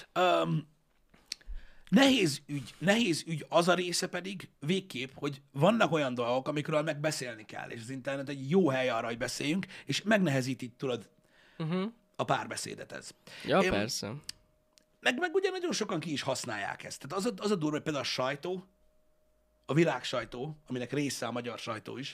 Nehéz ügy az a része pedig végképp, hogy vannak olyan dolgok, amikről megbeszélni kell, és az internet egy jó hely arra, hogy beszéljünk, és megnehezíti, tudod, a párbeszédet ez. Ja, persze. Meg ugye nagyon sokan ki is használják ezt. Tehát az a durva, hogy például a sajtó, a világ sajtó, aminek része a magyar sajtó is,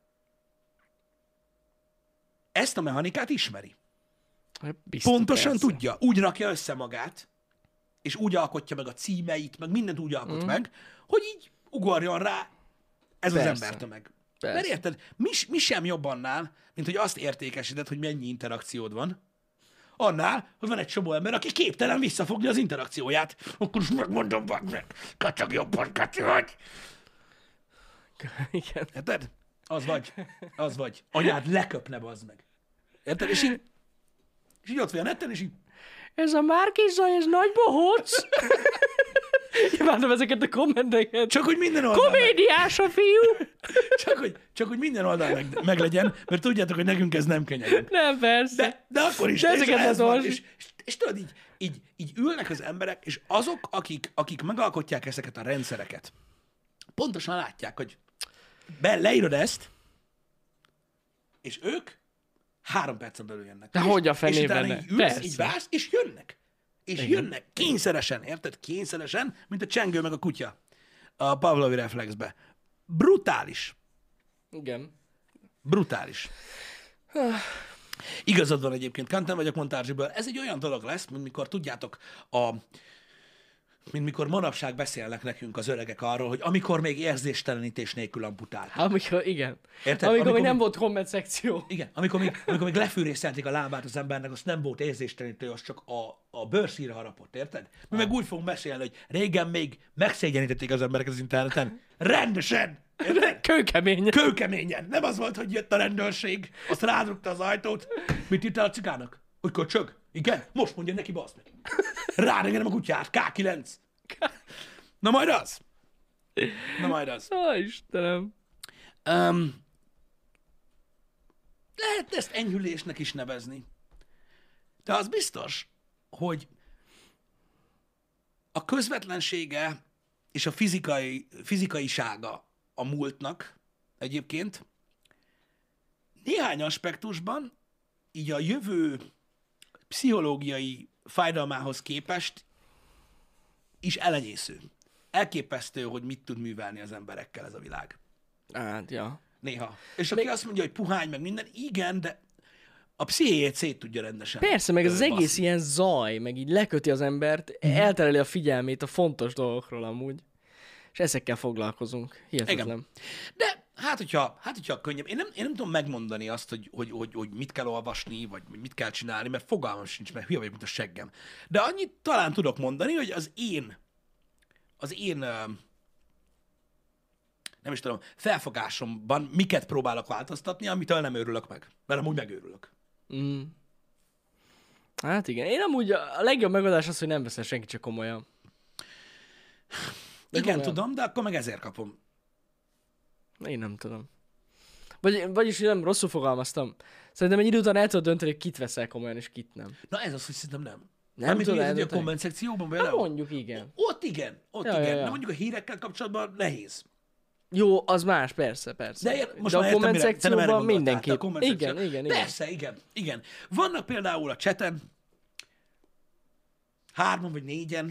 ezt a mechanikát ismeri. Biztos, pontosan persze. tudja. Úgy rakja össze magát, és úgy alkotja meg a címeit, meg mindent úgy alkot meg, hogy így ugorjon rá ez az Persze. embertömeg. Persze. Mert érted, mi sem jobb annál, mint hogy azt értékesíted, hogy mennyi interakciód van, annál, hogy van egy csomó ember, aki képtelen visszafogni az interakcióját. Akkor is megmondom, meg, kacsag jobban, kacsi vagy. Igen. Érted? Az vagy. Anyád leköpne, bazd meg. Érted? És így ott vagy a neten, és így Ez a Márkis Zaj, ez nagy bohóc. Imádom ezeket a kommenteket. csak hogy minden oldal Komédiás a fiú. csak hogy minden oldal meg legyen, mert tudjátok, hogy nekünk ez nem kenyerünk. Nem, persze. De akkor is. De ezeket ez az van, orsz. és tudod, így ülnek az emberek, és azok, akik megalkotják ezeket a rendszereket, pontosan látják, hogy leírod ezt, és ők 3 percen belül jönnek. De és, hogy a és fenében utána ne? így ülsz, Persze. így vársz, és jönnek. És Igen. jönnek kényszeresen, érted? Kényszeresen, mint a csengő meg a kutya a Pavlovi reflexbe. Brutális. Igen. Brutális. Igazad van egyébként, Kanten vagyok Montárzsiből. Ez egy olyan dolog lesz, mint mikor tudjátok, mint mikor manapság beszélnek nekünk az öregek arról, hogy amikor még érzéstelenítés nélkül amputált. Amikor, igen. Érted? Amikor még Amikor nem még- volt komment szekció. Igen, amikor még lefűrészelték a lábát az embernek, az nem volt érzéstelenítő, az csak a bőrszíre harapott, érted? Mi meg úgy fogunk mesélni, hogy régen még megszégyenítették az emberek az interneten. Rendesen! Érted? Kőkemény. Kőkeményen. Nem az volt, hogy jött a rendőrség, azt rádrukta az ajtót. Mit írtál a cigának? Hogy köcsög? Igen? Most mondja neki, bassz meg. Rárengenem a kutyát. K9. Na majd az. Ó, Istenem. Lehet ezt enyhülésnek is nevezni. De az biztos, hogy a közvetlensége és a fizikaisága a múltnak egyébként néhány aspektusban így a jövő pszichológiai fájdalmához képest is elenyésző. Elképesztő, hogy mit tud művelni az emberekkel ez a világ. Hát, ja. Néha. És aki azt mondja, hogy puhány, meg minden, igen, de a pszichéjét szét tudja rendesen. Persze, meg ez az baszni. egész ilyen zaj, meg így leköti az embert, eltereli a figyelmét a fontos dolgokról amúgy. És ezekkel foglalkozunk. Hihetetlen. Igen. De hát, hogyha könnyebb. Én nem tudom megmondani azt, hogy mit kell olvasni, vagy mit kell csinálni, mert fogalmam sincs, mert hülye vagyok, mint a seggem. De annyit talán tudok mondani, hogy az én nem is tudom, felfogásomban miket próbálok változtatni, amitől nem őrülök meg. Mert amúgy megőrülök. Mm. Hát igen. Én amúgy a legjobb megoldás az, hogy nem veszel senki csak komolyan. De Igen, komolyan. tudom, de akkor meg ezért kapom. Én nem tudom. Vagyis nem, rosszul fogalmaztam. Szerintem egy idő után el tudod dönteni, hogy kit veszel komolyan, és kit nem. Na ez az, hogy szerintem nem. Nem Amit tudod úgy, hogy a eldönteni? komment szekcióban Hát például. mondjuk igen. Ott igen. Ja, Igen. ja. De mondjuk a hírekkel kapcsolatban nehéz. Jó, az más, persze. De most a már értem, komment mire- te nem erre szekcióban gondoltál, te mindenképp. a komment Igen, szekció. igen. Persze, igen. Vannak például a chaten 3 vagy 4-en,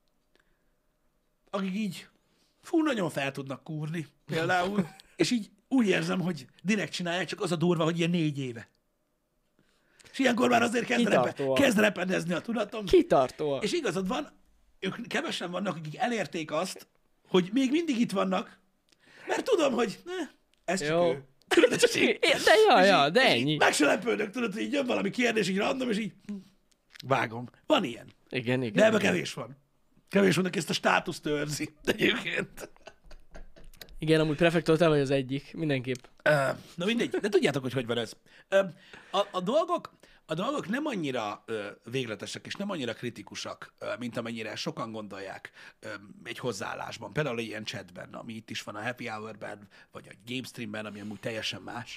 akik így nagyon fel tudnak kúrni például, és így úgy érzem, hogy direkt csinálják, csak az a durva, hogy ilyen 4 éve. És ilyenkor már azért Kitartóan. kezd repedezni a tudatom. Kitartóan. És igazad van, ők kevesen vannak, akik elérték azt, hogy még mindig itt vannak, mert tudom, hogy ez csak Jó. ő. Tudod, és így- De és így ennyi. meg se lepődök, tudod, hogy így jön valami kérdés, így random, és így vágom. Van ilyen. Igen. De ebben kevés van. Kevés van, aki ezt a státuszt őrzi. De egyébként. Igen, amúgy prefektor, te vagy az egyik. Mindenképp. Na mindegy, de tudjátok, hogy van ez. A dolgok nem annyira végletesek és nem annyira kritikusak, mint amennyire sokan gondolják egy hozzáállásban. Például egy ilyen chatben, ami itt is van a Happy Hour-ben, vagy a GameStream-ben, ami amúgy teljesen más.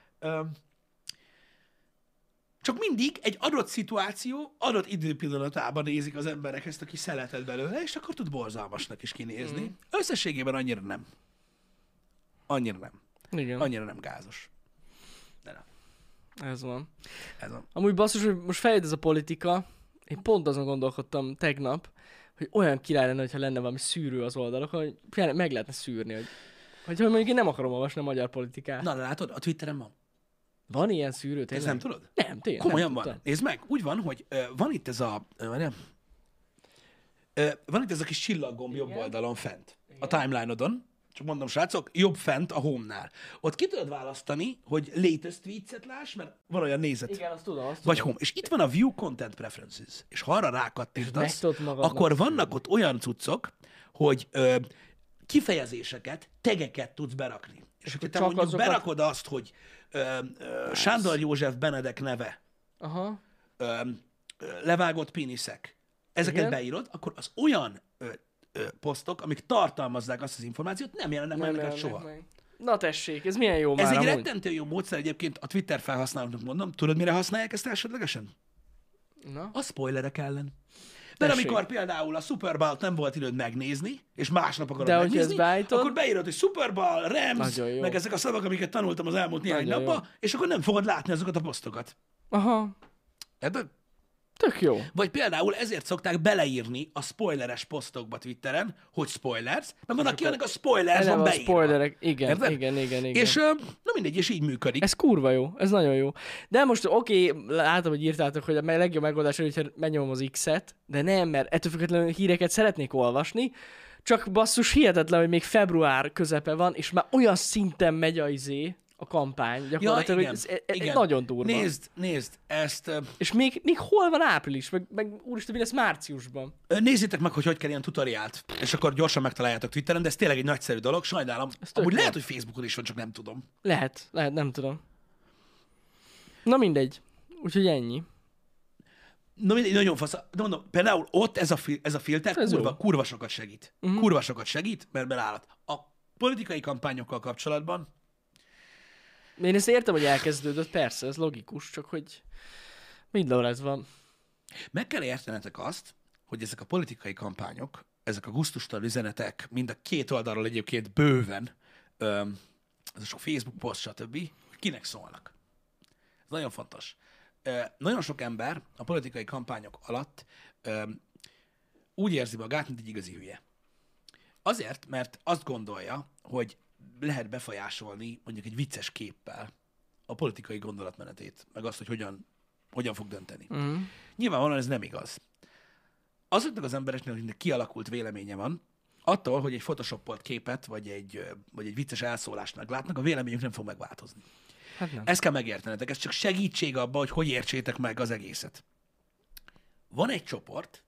Csak mindig egy adott szituáció, adott időpillanatában nézik az emberek ezt a kis szeletet belőle, és akkor tud borzalmasnak is kinézni. Összességében annyira nem. Igen, Annyira nem gázos. De nem. ez van. Ez van. Amúgy basszus, hogy most feljött ez a politika, én pont azon gondolkodtam tegnap, hogy olyan király lenne, hogyha lenne valami szűrő az oldalokon, hogy meg lehetne szűrni, hogy mondjuk én nem akarom olvasni a magyar politikát. Na, de látod, a Twitteren van. Van ilyen szűrő, Ezt tényleg? nem tudod? Nem, tényleg. Komolyan nem van. tudtam. Nézd meg, úgy van, hogy van itt ez a... Várjál. Van itt ez a kis csillaggomb jobb Igen. oldalon fent, a timeline-odon, csak mondom, srácok, jobb fent a home-nál. Ott ki tudod választani, hogy latest tweets-et láss, mert van olyan nézet. Igen, azt tudom, azt Vagy tudom. home. És itt van a View Content Preferences. És ha arra rákattintasz, meg tudod magadnak akkor vannak ott olyan cuccok, hogy kifejezéseket, tegeket tudsz berakni. És hogyha te csak mondjuk azokat- berakod azt, hogy Sándor József Benedek neve, Aha. levágott péniszek, ezeket Igen. beírod, akkor az olyan posztok, amik tartalmazzák azt az információt, nem jelennek meg neked jelennek soha. meg. Na tessék, ez milyen jó Ez már egy amúgy. rettentő jó módszer egyébként a Twitter felhasználóknak mondom. Tudod, mire használják ezt elsődlegesen? Na? A spoilerek ellen. Mert Tessék. amikor például a Super Bowl-t nem volt időd megnézni, és másnap akarod De hogyha megnézni, ezt beállítod- akkor beírod, hogy Super Bowl, Rams, Nagyon jó. meg ezek a szavak, amiket tanultam az elmúlt néhány Nagyon napban, és akkor nem fogod látni azokat a posztokat. Aha. Érted? Tök jó. Vagy például ezért szokták beleírni a spoileres posztokba Twitteren, hogy spoilers, mert van, akinek a spoilers Eleve van a beírva. spoilerek. Igen, Érted? igen. És na mindegy, és így működik. Ez kurva jó, ez nagyon jó. De most oké, látom, hogy írtátok, hogy a legjobb megoldás, hogyha megnyomom az X-et, de nem, mert ettől függetlenül híreket szeretnék olvasni, csak basszus hihetetlen, hogy még február közepe van, és már olyan szinten megy a kampány, gyakorlatilag, igen, hogy ez igen. nagyon durva. Nézd, ezt És még hol van április, meg úristen, mi lesz márciusban? nézzétek meg, hogy kell ilyen tutoriált, és akkor gyorsan megtaláljátok Twitteren, de ez tényleg egy nagyszerű dolog, sajnálom. tök Amúgy jó. lehet, hogy Facebookon is van, csak nem tudom. Lehet, nem tudom. Na mindegy. Úgyhogy ennyi. Na mindegy, nagyon fasz. De mondom, például ott ez a filter Ez kurva sokat segít. Kurva sokat segít, mert belállat. A politikai kampányokkal kapcsolatban Én ezt értem, hogy elkezdődött, persze, ez logikus, csak hogy mindenhol ez van. meg kell értenetek azt, hogy ezek a politikai kampányok, ezek a gusztustalan üzenetek, mind a két oldalról egyébként bőven, ez a sok Facebook poszt, stb., hogy kinek szólnak. Ez nagyon fontos. Nagyon sok ember a politikai kampányok alatt úgy érzi magát, mint egy igazi hülye. Azért, mert azt gondolja, hogy lehet befolyásolni mondjuk egy vicces képpel a politikai gondolatmenetét, meg azt, hogy hogyan fog dönteni. Nyilvánvalóan ez nem igaz. Azoknak az embereknek, akiknek kialakult véleménye van, attól, hogy egy photoshopolt képet, vagy egy vicces elszólást meglátnak, a véleményük nem fog megváltozni. Hát nem. Ezt kell megértenetek, ez csak segítség abban, hogy értsétek meg az egészet. Van egy csoport,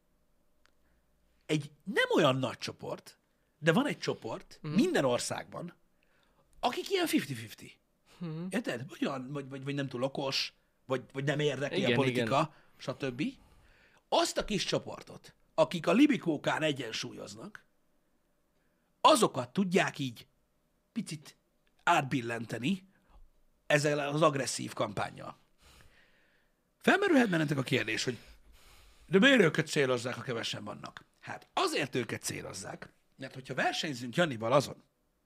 egy nem olyan nagy csoport, de van egy csoport minden országban, akik ilyen 50-50. Érted? Vagy nem túl okos, vagy nem érdekli a Igen, politika, stb. Azt a kis csoportot, akik a libikókán egyensúlyoznak, azokat tudják így picit átbillenteni ezzel az agresszív kampánnyal. Felmerülhet bennetek a kérdés, hogy de miért őket célozzák, ha kevesen vannak? Hát azért őket célozzák, mert hogyha versenyzünk Janival azon,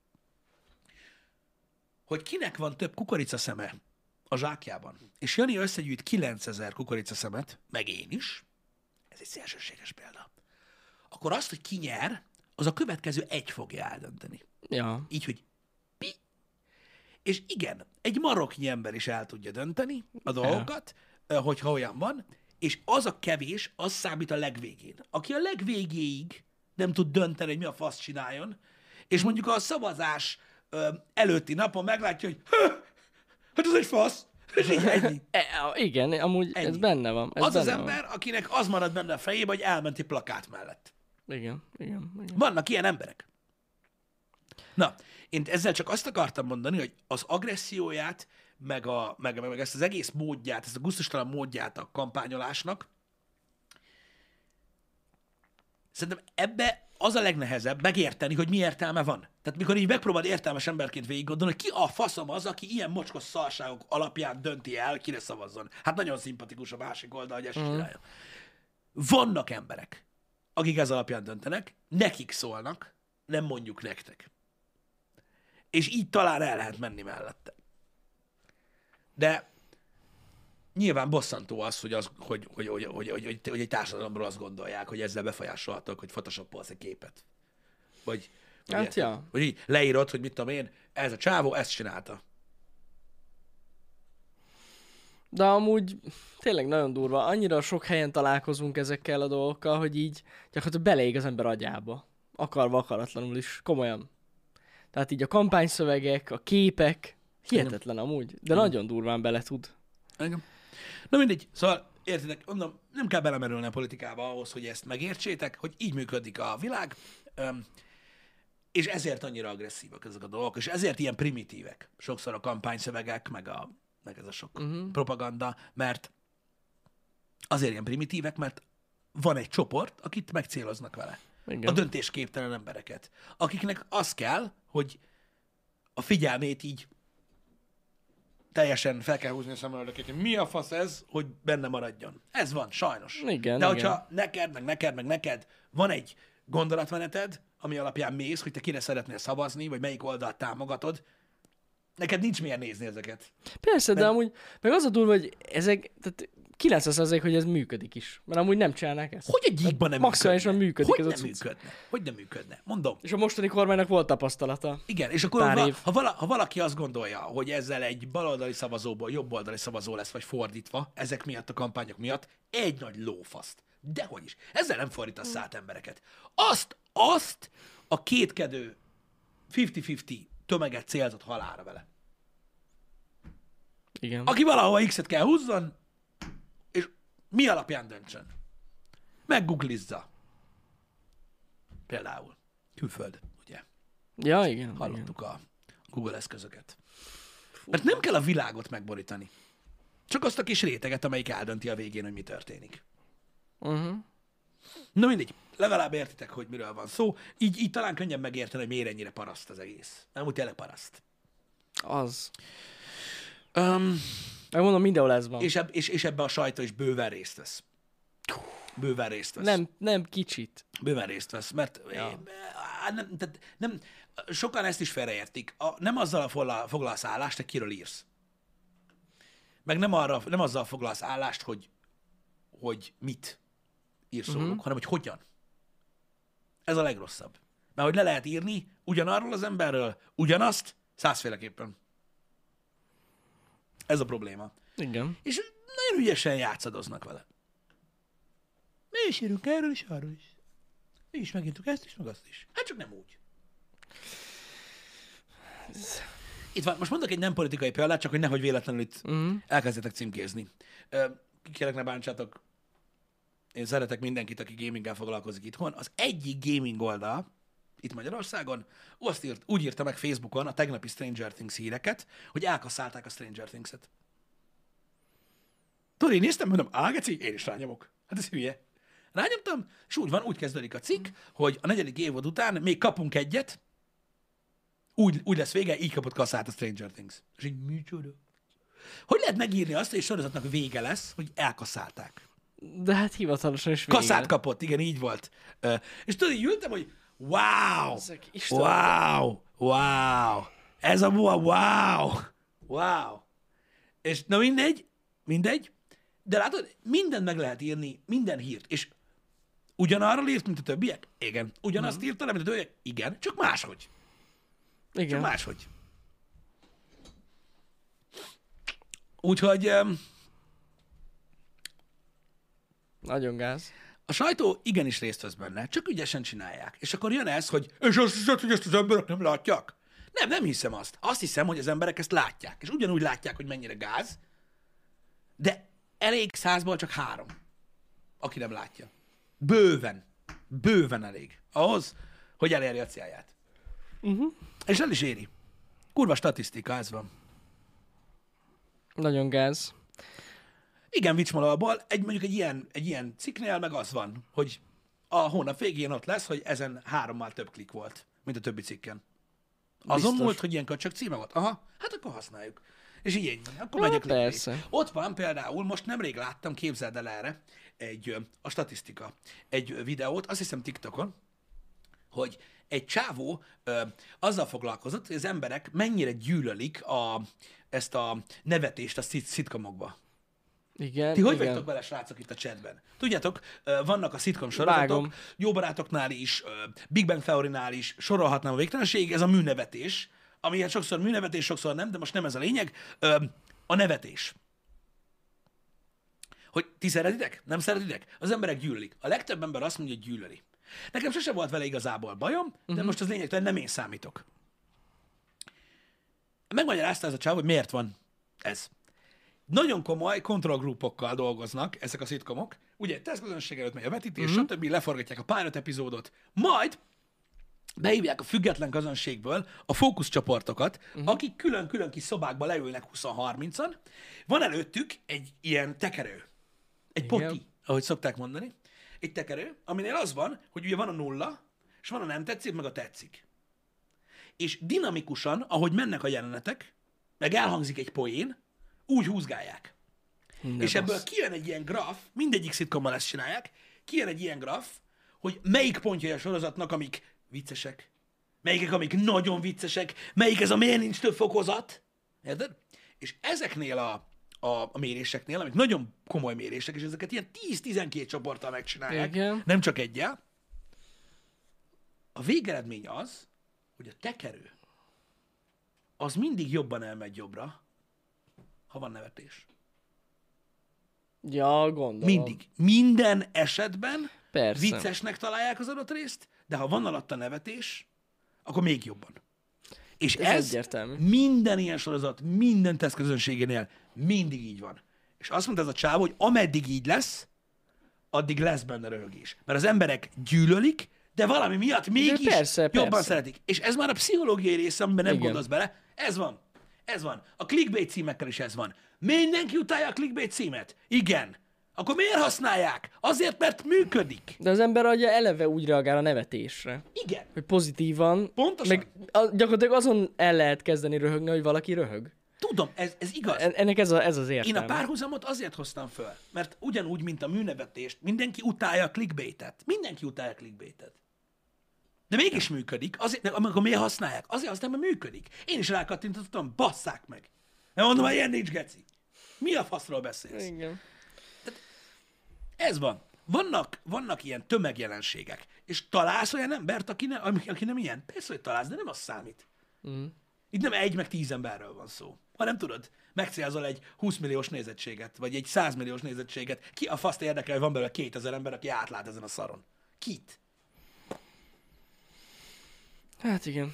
hogy kinek van több kukoricaszeme a zsákjában, és Jani összegyűjt 9000 kukoricaszemet, meg én is, ez egy szélsőséges példa, akkor azt, hogy ki nyer, az a következő egy fogja eldönteni. Ja. Így, hogy pi. És igen, egy maroknyi ember is el tudja dönteni a dolgokat, hogyha olyan van, és az a kevés, az számít a legvégén. Aki a legvégéig nem tud dönteni, hogy mi a fasz csináljon, és mondjuk a szavazás előtti napon meglátja, hogy hát ez egy fasz, és így ennyi. Igen, amúgy ez Ennyi. benne van. Ez Az az benne ember, akinek az marad benne a fejében, hogy elment egy plakát mellett. Van. Igen. Vannak ilyen emberek. Na, én ezzel csak azt akartam mondani, hogy az agresszióját, meg ezt az egész módját, ezt a gusztustalan módját a kampányolásnak, szerintem ebbe az a legnehezebb megérteni, hogy mi értelme van. Tehát mikor így megpróbáld értelmes emberként végig gondolni, hogy ki a faszom az, aki ilyen mocskos szarságok alapján dönti el, kire szavazzon. Hát nagyon szimpatikus a másik oldal, hogy ezt csinálja. Vannak emberek, akik ez alapján döntenek, nekik szólnak, nem mondjuk nektek. És így talán el lehet menni mellette. De nyilván bosszantó az, hogy egy társadalomról azt gondolják, hogy ezzel befolyásolhatok, hogy photoshopolsz egy képet. Vagy Hát ja. Vagy így leírod, hogy mit tudom én, ez a csávó ezt csinálta. De amúgy tényleg nagyon durva. Annyira sok helyen találkozunk ezekkel a dolgokkal, hogy így gyakorlatilag beleég az ember agyába. Akarva, akaratlanul is. Komolyan. Tehát így a kampányszövegek, a képek, hihetetlen amúgy, de nagyon durván bele tud. Engem. Na mindegy, szóval értitek, mondom, nem kell belemerülni a politikába ahhoz, hogy ezt megértsétek, hogy így működik a világ, és ezért annyira agresszívak ezek a dolgok, és ezért ilyen primitívek sokszor a kampányszövegek, meg ez a sok propaganda, mert azért ilyen primitívek, mert van egy csoport, akit megcéloznak vele. Igen. A döntésképtelen embereket, akiknek az kell, hogy a figyelmét így teljesen fel kell húzni a szemöldökét, hogy mi a fasz ez, hogy benne maradjon. Ez van, sajnos. Igen, de igen. hogyha neked van egy gondolatmeneted, ami alapján mész, hogy te kire szeretnél szavazni, vagy melyik oldalt támogatod, neked nincs milyen nézni ezeket. Persze, de amúgy, meg az a durva, hogy ezek, tehát 90% hogy ez működik is. Mert amúgy nem csinálnák ezt. Hogy egy gyíkban nem maximálisan működik hogy ez a nem cucc. működne? Hogy nem működne? Mondom. És a mostani kormánynak volt tapasztalata. Igen, és akkor Pár év. ha valaki azt gondolja, hogy ezzel egy baloldali szavazóból jobboldali szavazó lesz, vagy fordítva, ezek miatt a kampányok miatt, egy nagy lófaszt. Dehogy is. Ezzel nem fordítasz szállt embereket. Azt a kétkedő 50-50 tömeget célzott halálra vele. Igen. Aki valahova X-et kell húzzon, és mi alapján döntsön. Meggooglizza. Például. Külföld, ugye? Ja, igen. Igen. Hallottuk a Google eszközöket. Mert nem kell a világot megborítani. Csak azt a kis réteget, amelyik eldönti a végén, hogy mi történik. Uh-huh. Na mindegy, legalább értitek, hogy miről van szó. Így talán könnyebb megérteni, hogy miért ennyire paraszt az egész. Nem úgy tényleg paraszt. Az. Megmondom, mindenhol ez van. És ebbe a sajtó is bőven részt vesz. Bőven részt vesz. Nem kicsit. Bőven részt vesz, mert nem, sokan ezt is félreértik. Nem azzal foglalsz állást, te kiről írsz. Meg nem azzal foglalsz állást, hogy mit írsz róluk, hanem hogy hogyan. Ez a legrosszabb. Mert hogy le lehet írni ugyanarról az emberről, ugyanazt, 100-féleképpen. Ez a probléma. Igen. És nagyon ügyesen játszadoznak vele. Mi is írunk erről is, arról is. Mi is megírtuk ezt is, meg azt is. Hát csak nem úgy. Itt van, most mondok egy nem politikai példát, csak hogy nehogy véletlenül itt elkezdjetek címkézni. Kérlek, ne bántsátok. Én szeretek mindenkit, aki gaminggel foglalkozik itthon. Az egyik gaming oldal, itt Magyarországon, úgy írta meg Facebookon a tegnapi Stranger Things híreket, hogy elkasszálták a Stranger Things-et. Tudod, én néztem, mondom, geci, én is rányomok. Hát ez hülye. Rányomtam, és úgy kezdődik a cikk, hogy a 4. évad után még kapunk egyet, úgy lesz vége, így kapott kasszát a Stranger Things. És így micsoda? Hogy lehet megírni azt, hogy egy sorozatnak vége lesz, hogy elkasszálták? De hát hivatalosan is vége. Kasszát kapott, igen, így volt. És tudod, így ültem, hogy wow, Ezek wow, ez a wow. És na mindegy, de látod, mindent meg lehet írni, minden hírt, és ugyanarról írt, mint a többiek? Igen. Ugyanazt írta le, mint a többiek? Igen, csak máshogy. Igen. Csak máshogy. Úgyhogy Nagyon gáz. a sajtó igenis részt vesz benne, csak ügyesen csinálják. És akkor jön ez, hogy és azt hiszed, hogy ezt az emberek nem látják? Nem hiszem azt. Azt hiszem, hogy az emberek ezt látják. És ugyanúgy látják, hogy mennyire gáz, de elég 100-ból csak 3, aki nem látja. Bőven elég. Ahhoz, hogy elérje a célját. És el is éri. Kurva statisztika, ez van. Nagyon gáz. Igen, viccsmalalból, mondjuk egy ilyen cikknél meg az van, hogy a hónap végén ott lesz, hogy ezen 3-mal több klik volt, mint a többi cikken. Azon Biztos. múlt, hogy ilyen köcsög címe volt. Aha, hát akkor használjuk. És így ennyi. Akkor megy a clickbait. persze. Ott van például, most nemrég láttam, képzeld el erre, a statisztika, egy videót, azt hiszem TikTokon, hogy egy csávó azzal foglalkozott, hogy az emberek mennyire gyűlölik ezt a nevetést a szitkomokba. Igen, Ti hogy igen. vagytok vele, srácok, itt a chatben? Tudjátok, vannak a szitkom sorozatok, Vágom. Jó barátoknál is, Big Bang Theory-nál is, sorolhatnám a végtelenség, ez a műnevetés, ami hát sokszor műnevetés, sokszor nem, de most nem ez a lényeg, a nevetés. Hogy ti szeretitek? Nem szeretitek? Az emberek gyűlölik. A legtöbb ember azt mondja, hogy gyűlöli. Nekem sose volt vele igazából bajom, de most az lényegtelen nem én számítok. Megmagyarázta ez a csáv, hogy miért van ez. Nagyon komoly kontrollgrupokkal dolgoznak ezek a szitkomok. Ugye tesztközönség előtt megy a vetítés, stb. Leforgatják a pilot epizódot, majd behívják a független közönségből a fókuszcsoportokat, akik külön-külön kis szobákba leülnek 20-30-an. Van előttük egy ilyen tekerő. Egy poti, ahogy szokták mondani. Egy tekerő, aminél az van, hogy ugye van a 0, és van a nem tetszik, meg a tetszik. És dinamikusan, ahogy mennek a jelenetek, meg elhangzik egy poén, úgy húzgálják. És ebből kijön egy ilyen graf, mindegyik szitkommal ezt csinálják, kijön egy ilyen graf, hogy melyik pontjai a sorozatnak, amik viccesek, melyikek, amik nagyon viccesek, melyik ez a miért nincs több fokozat. Érted? És ezeknél a méréseknél, amik nagyon komoly mérések, és ezeket ilyen 10-12 csoporttal megcsinálják, nem csak egyel, a végeredmény az, hogy a tekerő az mindig jobban elmegy jobbra, ha van nevetés. Ja, gondolom. Mindig. Minden esetben Persze. viccesnek találják az adott részt, de ha van alatta nevetés, akkor még jobban. És ez egyértelmű. minden ilyen sorozat, minden tesztközönségénél mindig így van. És azt mondta ez a csávó, hogy ameddig így lesz, addig lesz benne röhögés. Mert az emberek gyűlölik, de valami miatt mégis jobban szeretik. És ez már a pszichológiai része, amiben nem gondolsz bele. Ez van. Ez van. A clickbait címekkel is ez van. Mindenki utálja a clickbait címet. Igen. Akkor miért használják? Azért, mert működik. De az ember agya eleve úgy reagál a nevetésre. Igen. Hogy pozitívan. Pontosan. Meg gyakorlatilag azon el lehet kezdeni röhögni, hogy valaki röhög. Tudom, ez igaz. Ennek ez az értelme. Én a párhuzamot azért hoztam föl, mert ugyanúgy, mint a műnevetést, mindenki utálja a clickbaitet. Mindenki utálja a clickbaitet. De mégis működik. Azért, amikor miért használják? Azért használják, mert működik. Én is rákattintottam, basszák meg. Nem mondom, hogy ilyen nincs, geci. Mi a faszról beszélsz? Igen. Ez van. Vannak ilyen tömegjelenségek. És találsz olyan embert, aki nem ilyen? Persze, hogy találsz, de nem az számít. Itt nem 1 meg 10 emberről van szó. Hanem tudod, megcélzol egy 20 milliós nézettséget, vagy egy 100 milliós nézettséget. Ki a faszt érdekel, hogy van belőle 2000 ember, aki átlát ezen a szaron? Kit? Hát igen.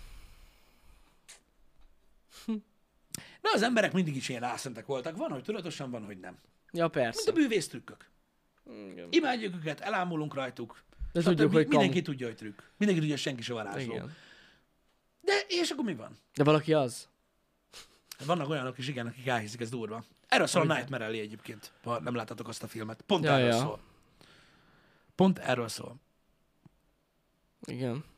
Na, az emberek mindig is ilyen álszentek voltak. Van, hogy tudatosan, van, hogy nem. Ja, persze. Mint a bűvésztrükkök. Igen. Imádjuk őket, elámulunk rajtuk. De tudjuk, hogy mindenki tudja, hogy trükk. Mindenki tudja, hogy senki se varázsló. Igen. De és akkor mi van? De valaki az. Vannak olyanok is, igen, akik elhiszik, ez durva. Erről szól a Nightmare Alley egyébként, ha nem láttatok azt a filmet. Pont erről szól. Pont erről szól. Igen.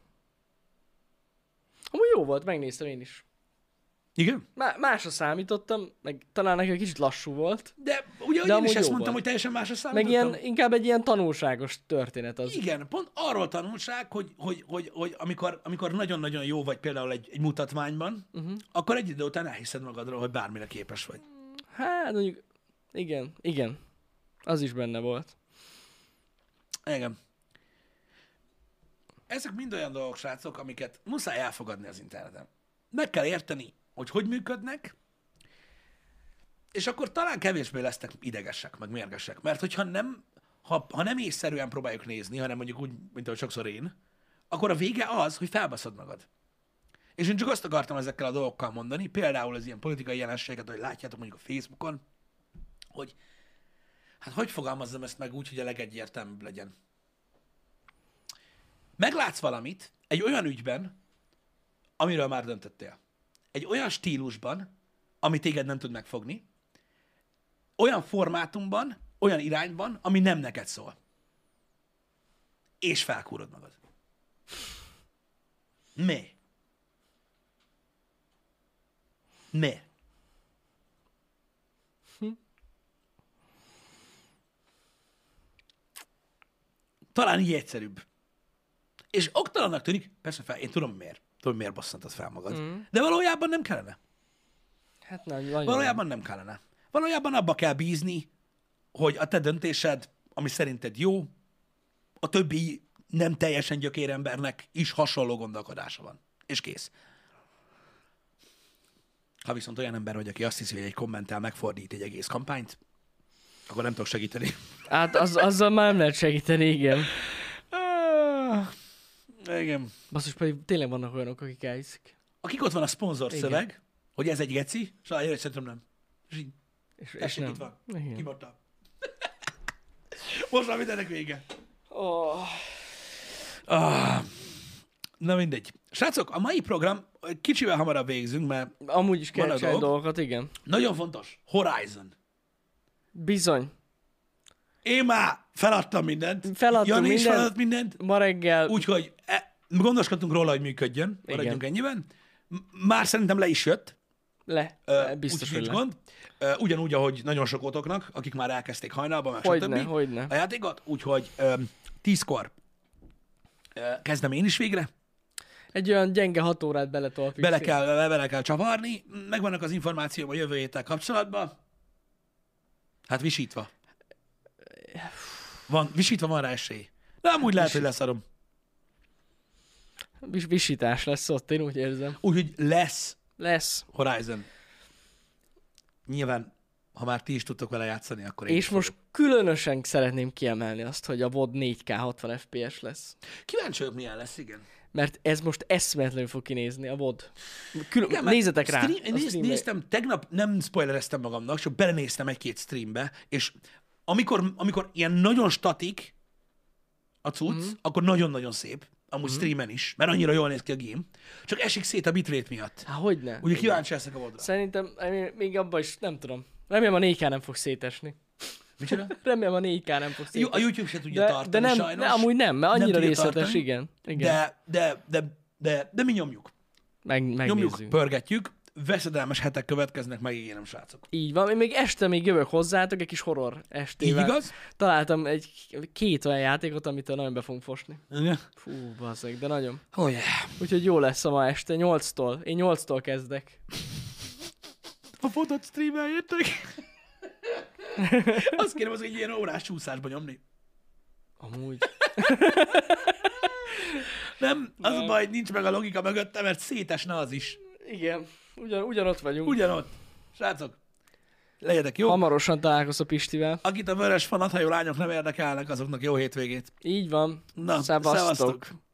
Amúgy jó volt, megnéztem én is. Igen? Másra számítottam, meg talán nekem kicsit lassú volt. De ugye én is ezt mondtam, hogy teljesen másra számítottam. Meg inkább egy ilyen tanulságos történet az. Igen, pont arról tanulság, hogy amikor nagyon-nagyon jó vagy például egy mutatványban, akkor egy idő után elhiszed magadról, hogy bármire képes vagy. Hát mondjuk, igen. Az is benne volt. Igen. Ezek mind olyan dolgok, srácok, amiket muszáj elfogadni az interneten. Meg kell érteni, hogy működnek, és akkor talán kevésbé lesznek idegesek, meg mérgesek. Mert hogyha nem, ha nem észszerűen próbáljuk nézni, hanem mondjuk úgy, mint ahogy sokszor én, akkor a vége az, hogy felbaszod magad. És én csak azt akartam ezekkel a dolgokkal mondani, például az ilyen politikai jelenséget, hogy látjátok mondjuk a Facebookon, hogy hát hogy fogalmazzam ezt meg úgy, hogy a legegyértelműbb legyen. Meglátsz valamit egy olyan ügyben, amiről már döntöttél. Egy olyan stílusban, ami téged nem tud megfogni, olyan formátumban, olyan irányban, ami nem neked szól. És felkúrod magad. Mi? Talán így egyszerűbb. És oktalannak tűnik, persze én tudom miért. Tudom, miért bosszantod fel magad. De valójában nem kellene. Hát nagyon. Valójában nem kellene. Valójában abba kell bízni, hogy a te döntésed, ami szerinted jó, a többi nem teljesen gyökérembernek is hasonló gondolkodása van. És kész. Ha viszont olyan ember vagy, aki azt hiszi, hogy egy kommenttel megfordít egy egész kampányt, akkor nem tudok segíteni. Hát azzal már nem lehet segíteni, igen. Igen. Basszus, pedig tényleg vannak olyanok, akik elhiszik. Akik ott van a szponzor Igen. szöveg, hogy ez egy geci, és rájön, hogy szerintem nem. És így, És tessék, nem. itt van. Igen. Kimondtam. Most már mindennek vége. Oh. Na mindegy. Srácok, a mai program kicsivel hamarabb végzünk, mert Amúgy is kell Van a csinálni dolog. dolgokat, igen. nagyon fontos. Horizon. Bizony. Én már feladtam mindent. Feladtunk Jani is mindent. feladott mindent. Ma reggel... Úgyhogy gondoskodtunk róla, hogy működjön. Maradjunk ennyiben. Már szerintem le is jött. Biztos, Úgyhogy hogy nincs le. gond. Ugyanúgy, ahogy nagyon sokatoknak, akik már elkezdték hajnalban, meg Hogyne, stb. hogyne. A játékot. Úgyhogy 10-kor kezdem én is végre. Egy olyan gyenge 6 órát beletolpik. Bele kell csavarni. Megvannak az információim a jövő héttel kapcsolatban. Hát visítva. Visítva van rá esély. De amúgy lehet, hogy leszarom. Visítás lesz ott, én úgy érzem. Úgyhogy lesz Lesz. Horizon. Nyilván, ha már ti is tudtok vele játszani, akkor én És is most fogok. különösen szeretném kiemelni azt, hogy a VOD 4K 60 FPS lesz. Kíváncsi vagyok, milyen lesz, igen. Mert ez most eszméletlenül fog kinézni, a VOD. Igen, mert Nézzetek rá. Én néztem, tegnap nem spoilereztem magamnak, csak belenéztem egy-két streambe, és amikor ilyen nagyon statik a cucc, akkor nagyon-nagyon szép. Amúgy streamen is, mert annyira jól néz ki a game. Csak esik szét a bitrate miatt. Há, hogyne. Ugye kíváncsi leszek a vodra. Szerintem még abban is nem tudom. Remélem a 4K nem fog szétesni. Micsoda? Remélem a 4K nem fog szétesni. A YouTube se tudja tartani de nem, sajnos. amúgy nem, mert Nem annyira tudja részletes, tartani, igen. De mi nyomjuk. Nyomjuk, Megnézzük. pörgetjük. Veszedelmes hetek következnek, megígérem, srácok. Így van, én még este még jövök hozzátok egy kis horror Így estével. igaz? Találtam két olyan játékot, amit nagyon be fogunk fosni. Igen. Fú, bazzeg, de nagyon. Oh yeah. Úgyhogy jó lesz a ma este, 8-tól. Én 8-tól kezdek. A fotót streameljetek. Azt kérem, az egy ilyen órás csúszásba nyomni. Amúgy. Nem, az a baj, nincs meg a logika mögötte, mert szétesne az is. Igen, ugyanott vagyunk. Ugyanott. Srácok, legyetek jó. Hamarosan találkozom Pistivel. Akit a vörös fanat, ha jó lányok nem érdekelnek, azoknak jó hétvégét. Így van. Na, Szevasztok. szevasztok.